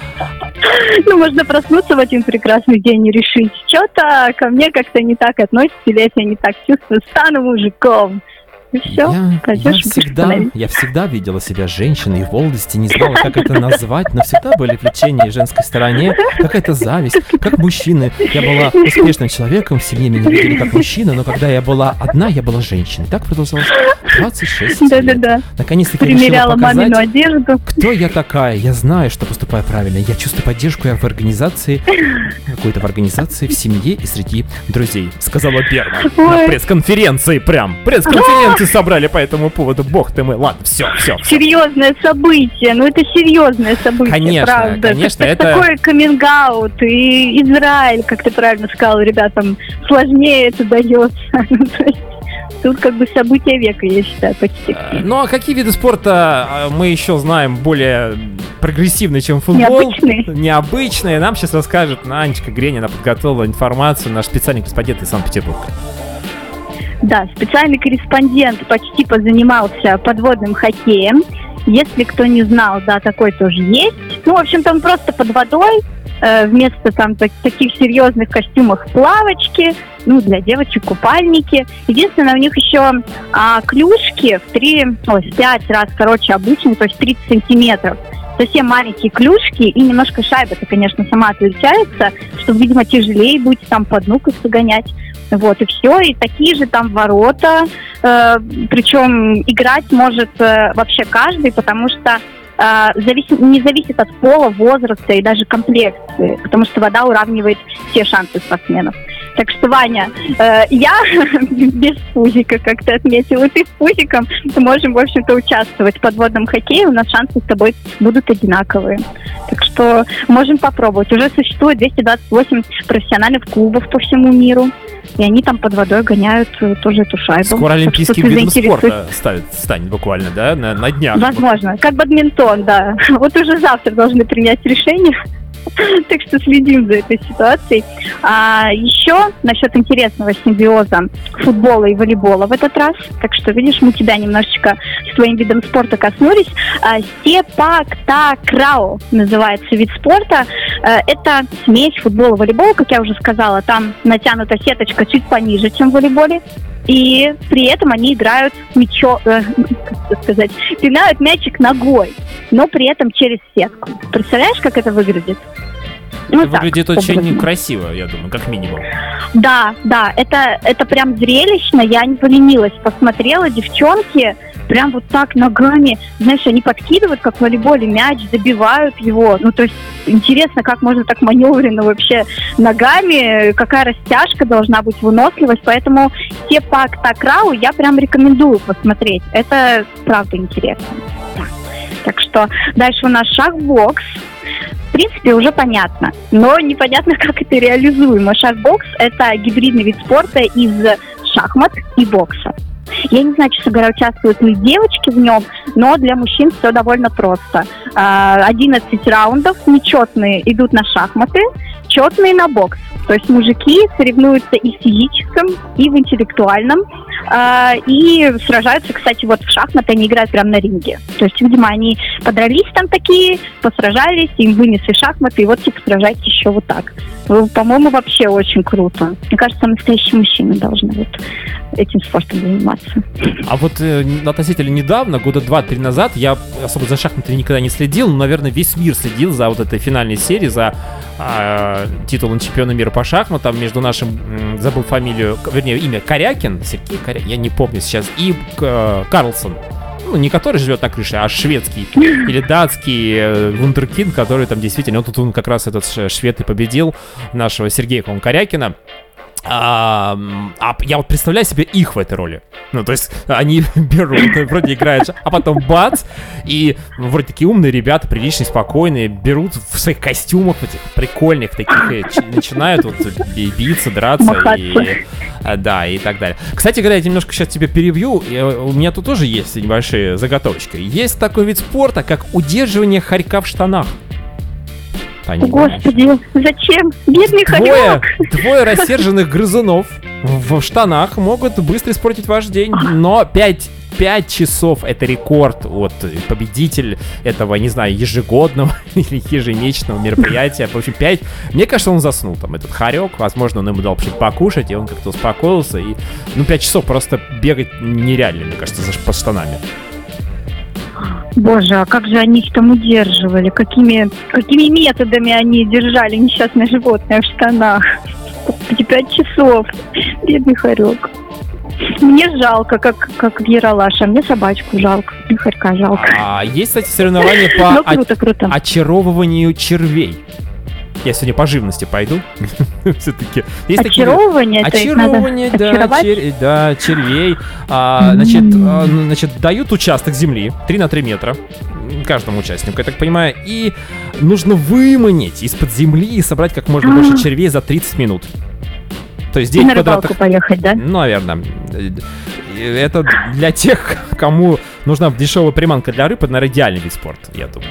Ну, можно проснуться в один прекрасный день и решить, что-то ко мне как-то не так относится, или я себя не так чувствую, стану мужиком. И все, я, пойдешь я, всегда, я всегда видела себя женщиной в молодости, не знала, как это назвать, но всегда были влечения женской стороне, какая-то зависть, как мужчины. Я была успешным человеком, в семье меня видели как мужчина, но когда я была одна, я была женщиной. Так продолжалось двадцать шесть лет. Да-да-да. Наконец-таки примеряла решила показать, мамину одежду. кто я такая. Я знаю, что поступаю правильно. Я чувствую поддержку я в организации, какой-то в организации, в семье и среди друзей. Сказала Берман на пресс-конференции прям. Пресс-конференцию собрали по этому поводу. Бог ты мой. Ладно, все, все. все. Серьезное событие. Ну, это серьезное событие, конечно, правда. Конечно, это... это... Такой каминг-аут. И Израиль, как ты правильно сказал, ребятам, сложнее это дается. Тут как бы событие века, я считаю, почти. Ну, а какие виды спорта мы еще знаем более прогрессивные, чем футбол? Необычные. Необычные. Нам сейчас расскажет Анечка Гренина, подготовила информацию, наш специальный корреспондент из Санкт-Петербурга. Да, специальный корреспондент почти позанимался подводным хоккеем. Если кто не знал, да, такой тоже есть. Ну, в общем-то, он просто под водой, э, вместо там так, таких серьезных костюмов плавочки, ну, для девочек купальники. Единственное, у них еще а, клюшки в три, ой, в пять раз короче обычно, то есть тридцать сантиметров. Совсем маленькие клюшки, и немножко шайба-то, конечно, сама отличается, чтобы, видимо, тяжелее будет там по дну как-то гонять. Вот, и все, и такие же там ворота, э, причем играть может э, вообще каждый, потому что э, зависит, не зависит от пола, возраста и даже комплекции, потому что вода уравнивает все шансы спортсменов. Так что, Ваня, э, я без пузика, как ты отметил, и ты с пузиком, мы можем, в общем-то, участвовать в подводном хоккее, у нас шансы с тобой будут одинаковые. Так что можем попробовать. Уже существует двести двадцать восемь профессиональных клубов по всему миру, и они там под водой гоняют тоже эту шайбу. Скоро олимпийским видом спорта ставит, станет буквально, да, на, на днях. Возможно, как бадминтон, да. Вот уже завтра должны принять решение. Так что следим за этой ситуацией. А еще насчет интересного симбиоза футбола и волейбола в этот раз. Так что, видишь, мы тебя немножечко с твоим видом спорта коснулись. А, сепак-такрау называется вид спорта. А, это смесь футбола и волейбола, как я уже сказала. Там натянута сеточка чуть пониже, чем в волейболе. И при этом они играют мячо, э, как сказать, пинают мячик ногой, но при этом через сетку. Представляешь, как это выглядит? Это ну, выглядит так, очень образно. красиво, я думаю, как минимум. Да, да, это, это прям зрелищно, я не поленилась, посмотрела, девчонки прям вот так ногами, знаешь, они подкидывают, как в волейболе, мяч, забивают его. Ну, то есть интересно, как можно так маневренно вообще ногами, какая растяжка должна быть, выносливость. Поэтому сепак-такрау я прям рекомендую посмотреть. Это правда интересно. Так, так что дальше у нас шахбокс. В принципе, уже понятно, но непонятно, как это реализуемо. Шахбокс – это гибридный вид спорта из шахмат и бокса. Я не знаю, честно говоря, участвуют ли девочки в нем, но для мужчин все довольно просто. одиннадцать раундов, нечетные идут на шахматы, четные на бокс. То есть мужики соревнуются и в физическом, и в интеллектуальном. И сражаются, кстати, вот в шахматы они играют прямо на ринге. То есть, видимо, они подрались там такие, посражались, им вынесли шахматы, и вот типа сражайтесь еще вот так. По-моему, вообще очень круто. Мне кажется, настоящие мужчины должны вот этим спортом заниматься. А вот э, относительно недавно, года два-три назад, я особо за шахматами никогда не следил, но, наверное, весь мир следил за вот этой финальной серией, за э, титулом чемпиона мира по шахматам между нашим, м, забыл фамилию, вернее, имя, Корякин, Сергей Корякин, я не помню сейчас, и э, Карлсон. Ну, не который живет на крыше, а шведский или датский э, вундеркинд, который там действительно, вот тут он как раз этот швед и победил нашего Сергея Корякина. А, а я вот представляю себе их в этой роли. Ну, то есть они берут, вроде играют, а потом бац, и вроде такие умные ребята, приличные, спокойные, берут в своих костюмах этих прикольных таких, и начинают вот биться, драться и, да, и так далее. Кстати говоря, я немножко сейчас тебя перебью, у меня тут тоже есть небольшие заготовочки. Есть такой вид спорта, как удерживание хорька в штанах. Понимаешь? Господи, зачем? Бедный Двое, хорек. двое рассерженных грызунов в штанах могут быстро испортить ваш день, но пять часов это рекорд от победителя этого, не знаю, ежегодного или ежемесячного мероприятия. В общем, пять. Мне кажется, он заснул там, этот хорек. Возможно, он ему дал что-то покушать, и он как-то успокоился. И, ну, пять часов просто бегать нереально, мне кажется, за под штанами. Боже, а как же они их там удерживали? Какими, какими методами они держали несчастное животное в штанах? Господи, пять часов. Бедный хорек. Мне жалко, как, как Ералаша. Мне собачку жалко, мне хорька жалко. А есть, кстати, соревнования по Ну, круто, круто. очаровыванию червей. Я сегодня по живности пойду. Все-таки есть Очаровывание? такие... Очаровывание, да, чер... да, червей. А, значит, а, значит, дают участок земли три на три метра каждому участнику, я так понимаю, и нужно выманить из-под земли и собрать как можно больше червей за тридцать минут. То есть девять квадратных... поехать, да? Ну, наверное. Это для тех, кому нужна дешевая приманка для рыб, это, наверное, идеальный вид спорта, я думаю.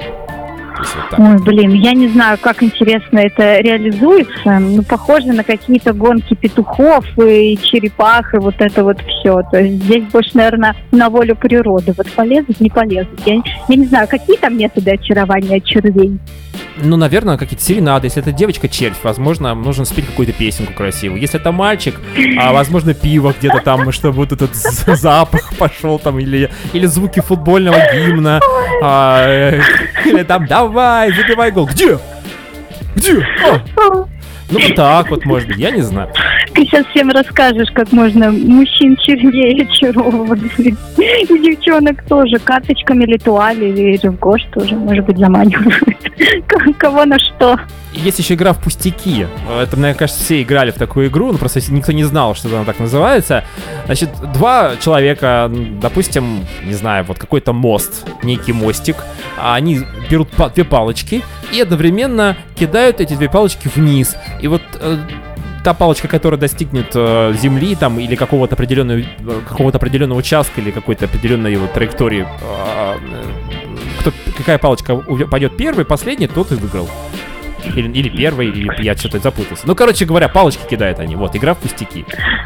Вот Ой, блин, я не знаю, как интересно это реализуется. Ну, похоже на какие-то гонки петухов и черепах, и вот это вот все. То есть здесь больше, наверное, на волю природы. Вот полезут, не полезут. Я, я не знаю, какие там методы очарования червей. Ну, наверное, какие-то серенады. Если это девочка-червь, возможно, нужно спеть какую-то песенку красивую. Если это мальчик, а, возможно, пиво где-то там, чтобы вот этот запах пошел там, или, или звуки футбольного гимна, а, э, или там «давай, забивай гол». Где? Где? А. Ну, вот так вот, может быть, я не знаю. Ты сейчас всем расскажешь, как можно мужчин-червей очаровывать. И девчонок тоже. Карточками Литуали или Ревгош тоже, может быть, заманивают. Кого на что. Есть еще игра в пустяки. Это, мне кажется, все играли в такую игру, но просто никто не знал, что она так называется. Значит, два человека, допустим, не знаю, вот какой-то мост, некий мостик, они берут две палочки и одновременно кидают эти две палочки вниз. И вот э, та палочка, которая достигнет э, земли там или какого-то определенного, какого-то определенного участка или какой-то определенной вот, траектории, э, э, кто, какая палочка пойдет первой, последней, тот и выиграл. Или, или первый, или я что-то запутался. Ну, короче говоря, палочки кидают они. Вот, игра в пустяки.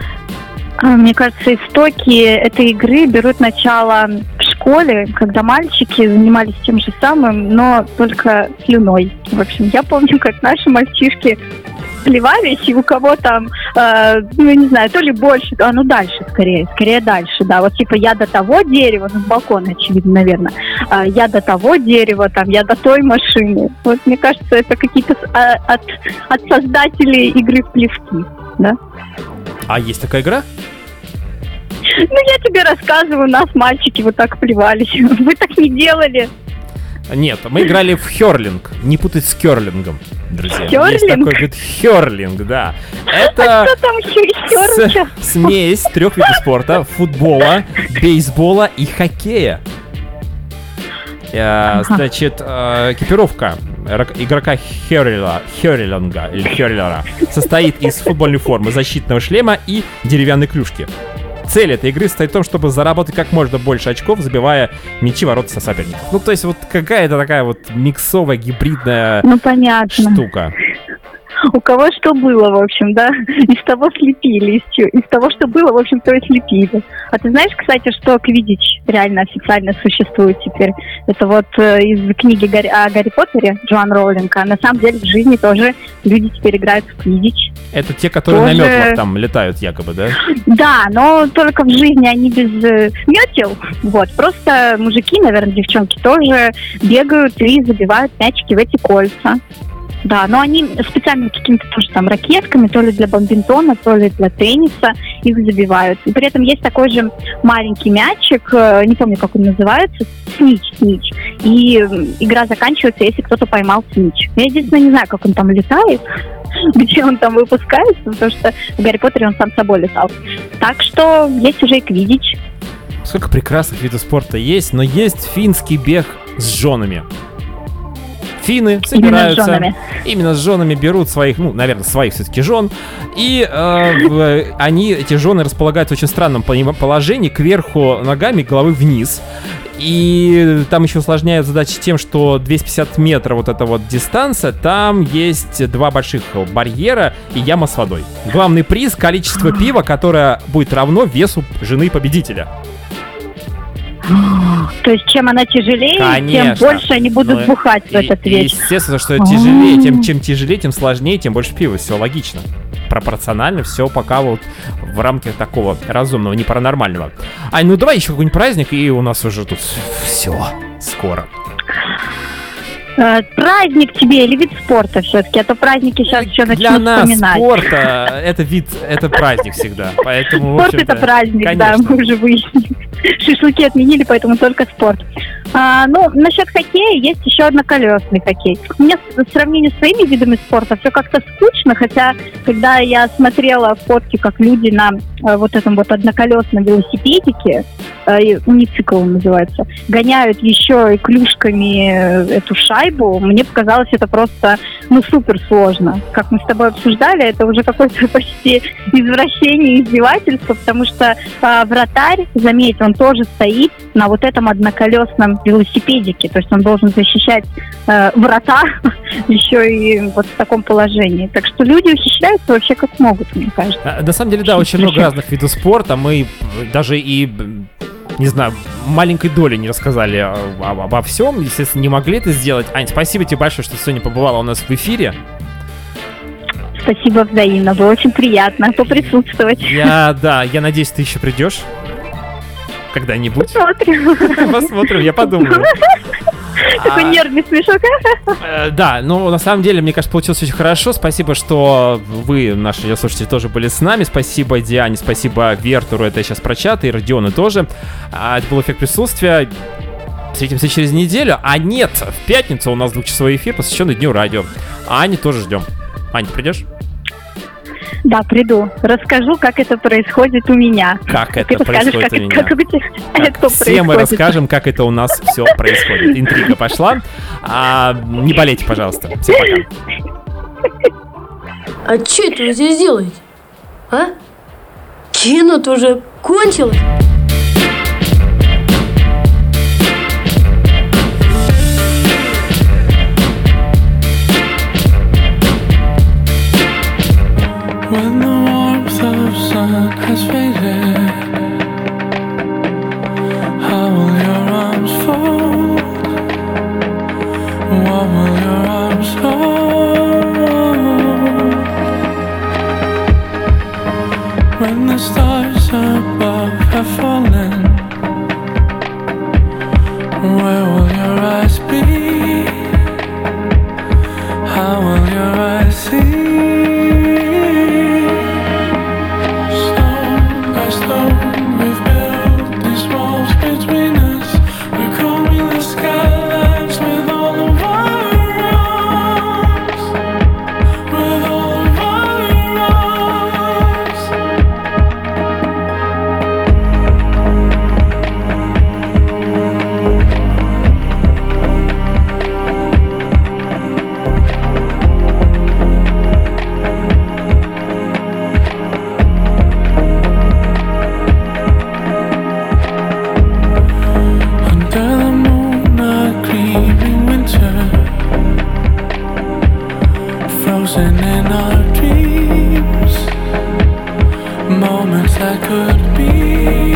Мне кажется, истоки этой игры берут начало в школе, когда мальчики занимались тем же самым, но только слюной. В общем, я помню, как наши мальчишки плевались, и у кого там, э, ну, я не знаю, то ли больше, а ну дальше скорее, скорее дальше, да, вот типа я до того дерева, ну с балкона, очевидно, наверное, э, я до того дерева, там, я до той машины. Вот мне кажется, это какие-то э, от, от создателей игры в плевки, да. А есть такая игра? Ну, я тебе рассказываю, нас мальчики вот так плевались. Вы так не делали? Нет, мы играли в хёрлинг. Не путать с кёрлингом, друзья. Хёрлинг? Есть такой вид хёрлинг, да. Это а что там еще с- смесь трех видов спорта: футбола, бейсбола и хоккея. Ага. Значит, экипировка игрока хёрлинга, хёрлинга или хёрлера состоит из футбольной формы, защитного шлема и деревянной клюшки. Цель этой игры состоит в том, чтобы заработать как можно больше очков, забивая мячи ворот со соперников. Ну, то есть вот какая-то такая вот миксовая, гибридная ну, понятно. штука. У кого что было, в общем, да? Из того слепили, из, чё- из того, что было, в общем, то и слепили. А ты знаешь, кстати, что квиддич реально официально существует теперь? Это вот э, из книги Гарри- о Гарри Поттере Джоан Роулинг. А на самом деле в жизни тоже люди теперь играют в квиддич. Это те, которые Тоже- на метлах там летают якобы, да? Да, но только в жизни они без э, метел. Вот. Просто мужики, наверное, девчонки тоже бегают и забивают мячики в эти кольца. Да, но они специально какими-то тоже там ракетками, то ли для бадминтона, то ли для тенниса их забивают. И при этом есть такой же маленький мячик, э, не помню, как он называется, снич, снич. И м, игра заканчивается, если кто-то поймал снич. Я, единственное, не знаю, как он там летает, где он там выпускается, потому что в Гарри Поттере он сам собой летал. Так что есть уже и квиддич. Сколько прекрасных видов спорта есть, но есть финский бег с женами. Финны собираются, женами. именно с женами берут своих, ну, наверное, своих все-таки жен, и э, в- они, эти жены, располагаются в очень странном пони- положении, кверху ногами, головы вниз. И там еще усложняют задачи тем, что двести пятьдесят метров вот эта вот дистанция, там есть два больших барьера и яма с водой. Главный приз — количество пива, которое будет равно весу жены победителя. То есть чем она тяжелее, Конечно. тем больше они будут Ну, бухать в и- этот и вечер. Естественно, что тяжелее, тем чем тяжелее, тем сложнее, тем больше пива. Все логично. Пропорционально, все пока вот в рамках такого разумного, не паранормального. Ань, ну давай еще какой-нибудь праздник, и у нас уже тут все скоро. Э, Праздник тебе или вид спорта все-таки? А то праздники сейчас еще Для начнут нас вспоминать. спорт а, это вид, это праздник всегда. Поэтому, в Спорт общем-то, это праздник, конечно. да, мы уже выяснили. Шашлыки отменили, поэтому только спорт. А, ну, насчет хоккея есть еще одноколесный хоккей. У меня с- в сравнении с своими видами спорта все как-то скучно, хотя когда я смотрела фотки, как люди на э, вот этом вот одноколесном велосипедике, э, уницикл он называется, гоняют еще и клюшками э, эту шайбу, мне показалось это просто, ну, супер сложно. Как мы с тобой обсуждали, это уже какое-то почти извращение, издевательство, потому что э, вратарь, заметь, он тоже стоит на вот этом одноколесном велосипедике, то есть он должен защищать э, врата еще и вот в таком положении. Так что люди ухищряются вообще как могут, мне кажется. А, На самом деле, да, очень много разных видов спорта. Мы даже и, м, не знаю, маленькой доли не рассказали а, об- обо всем. Естественно, не могли это сделать. Ань, спасибо тебе большое, что сегодня побывала у нас в эфире. Спасибо взаимно, было очень приятно поприсутствовать. Я, да, я надеюсь, ты еще придешь когда-нибудь. Посмотрим. Посмотрим, я подумаю. Такой А, нервный смешок. э, Да, ну, на самом деле, мне кажется, получилось очень хорошо. Спасибо, что вы, наши слушатели, тоже были с нами. Спасибо Диане, спасибо Вертуру, это я сейчас про чат, и Родиону тоже. А, Это был эффект присутствия. Встретимся через неделю. А нет, в пятницу у нас двухчасовой эфир, посвященный Дню радио. А Ани тоже ждем. Ань, ты придешь? Да, приду. Расскажу, как это происходит у меня. Как Ты это расскажешь, происходит как, у меня? как у тебя это Все мы происходит. расскажем, как это у нас все происходит. Интрига пошла. А, не болейте, пожалуйста. Всем пока. А что это вы здесь делаете? А? Кино-то уже кончилось. When the warmth of sun has faded, how will your arms fold? What will your arms hold? When the stars above have fallen, where will your eyes be? How will your eyes see? frozen in our dreams, moments that could be.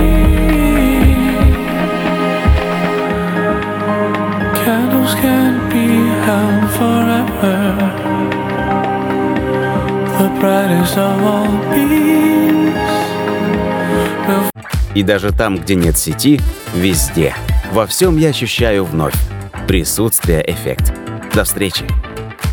Candles can't be held forever. The brightest of all beams. И даже там, где нет сети, везде, во всем я ощущаю вновь присутствие эффект. До встречи!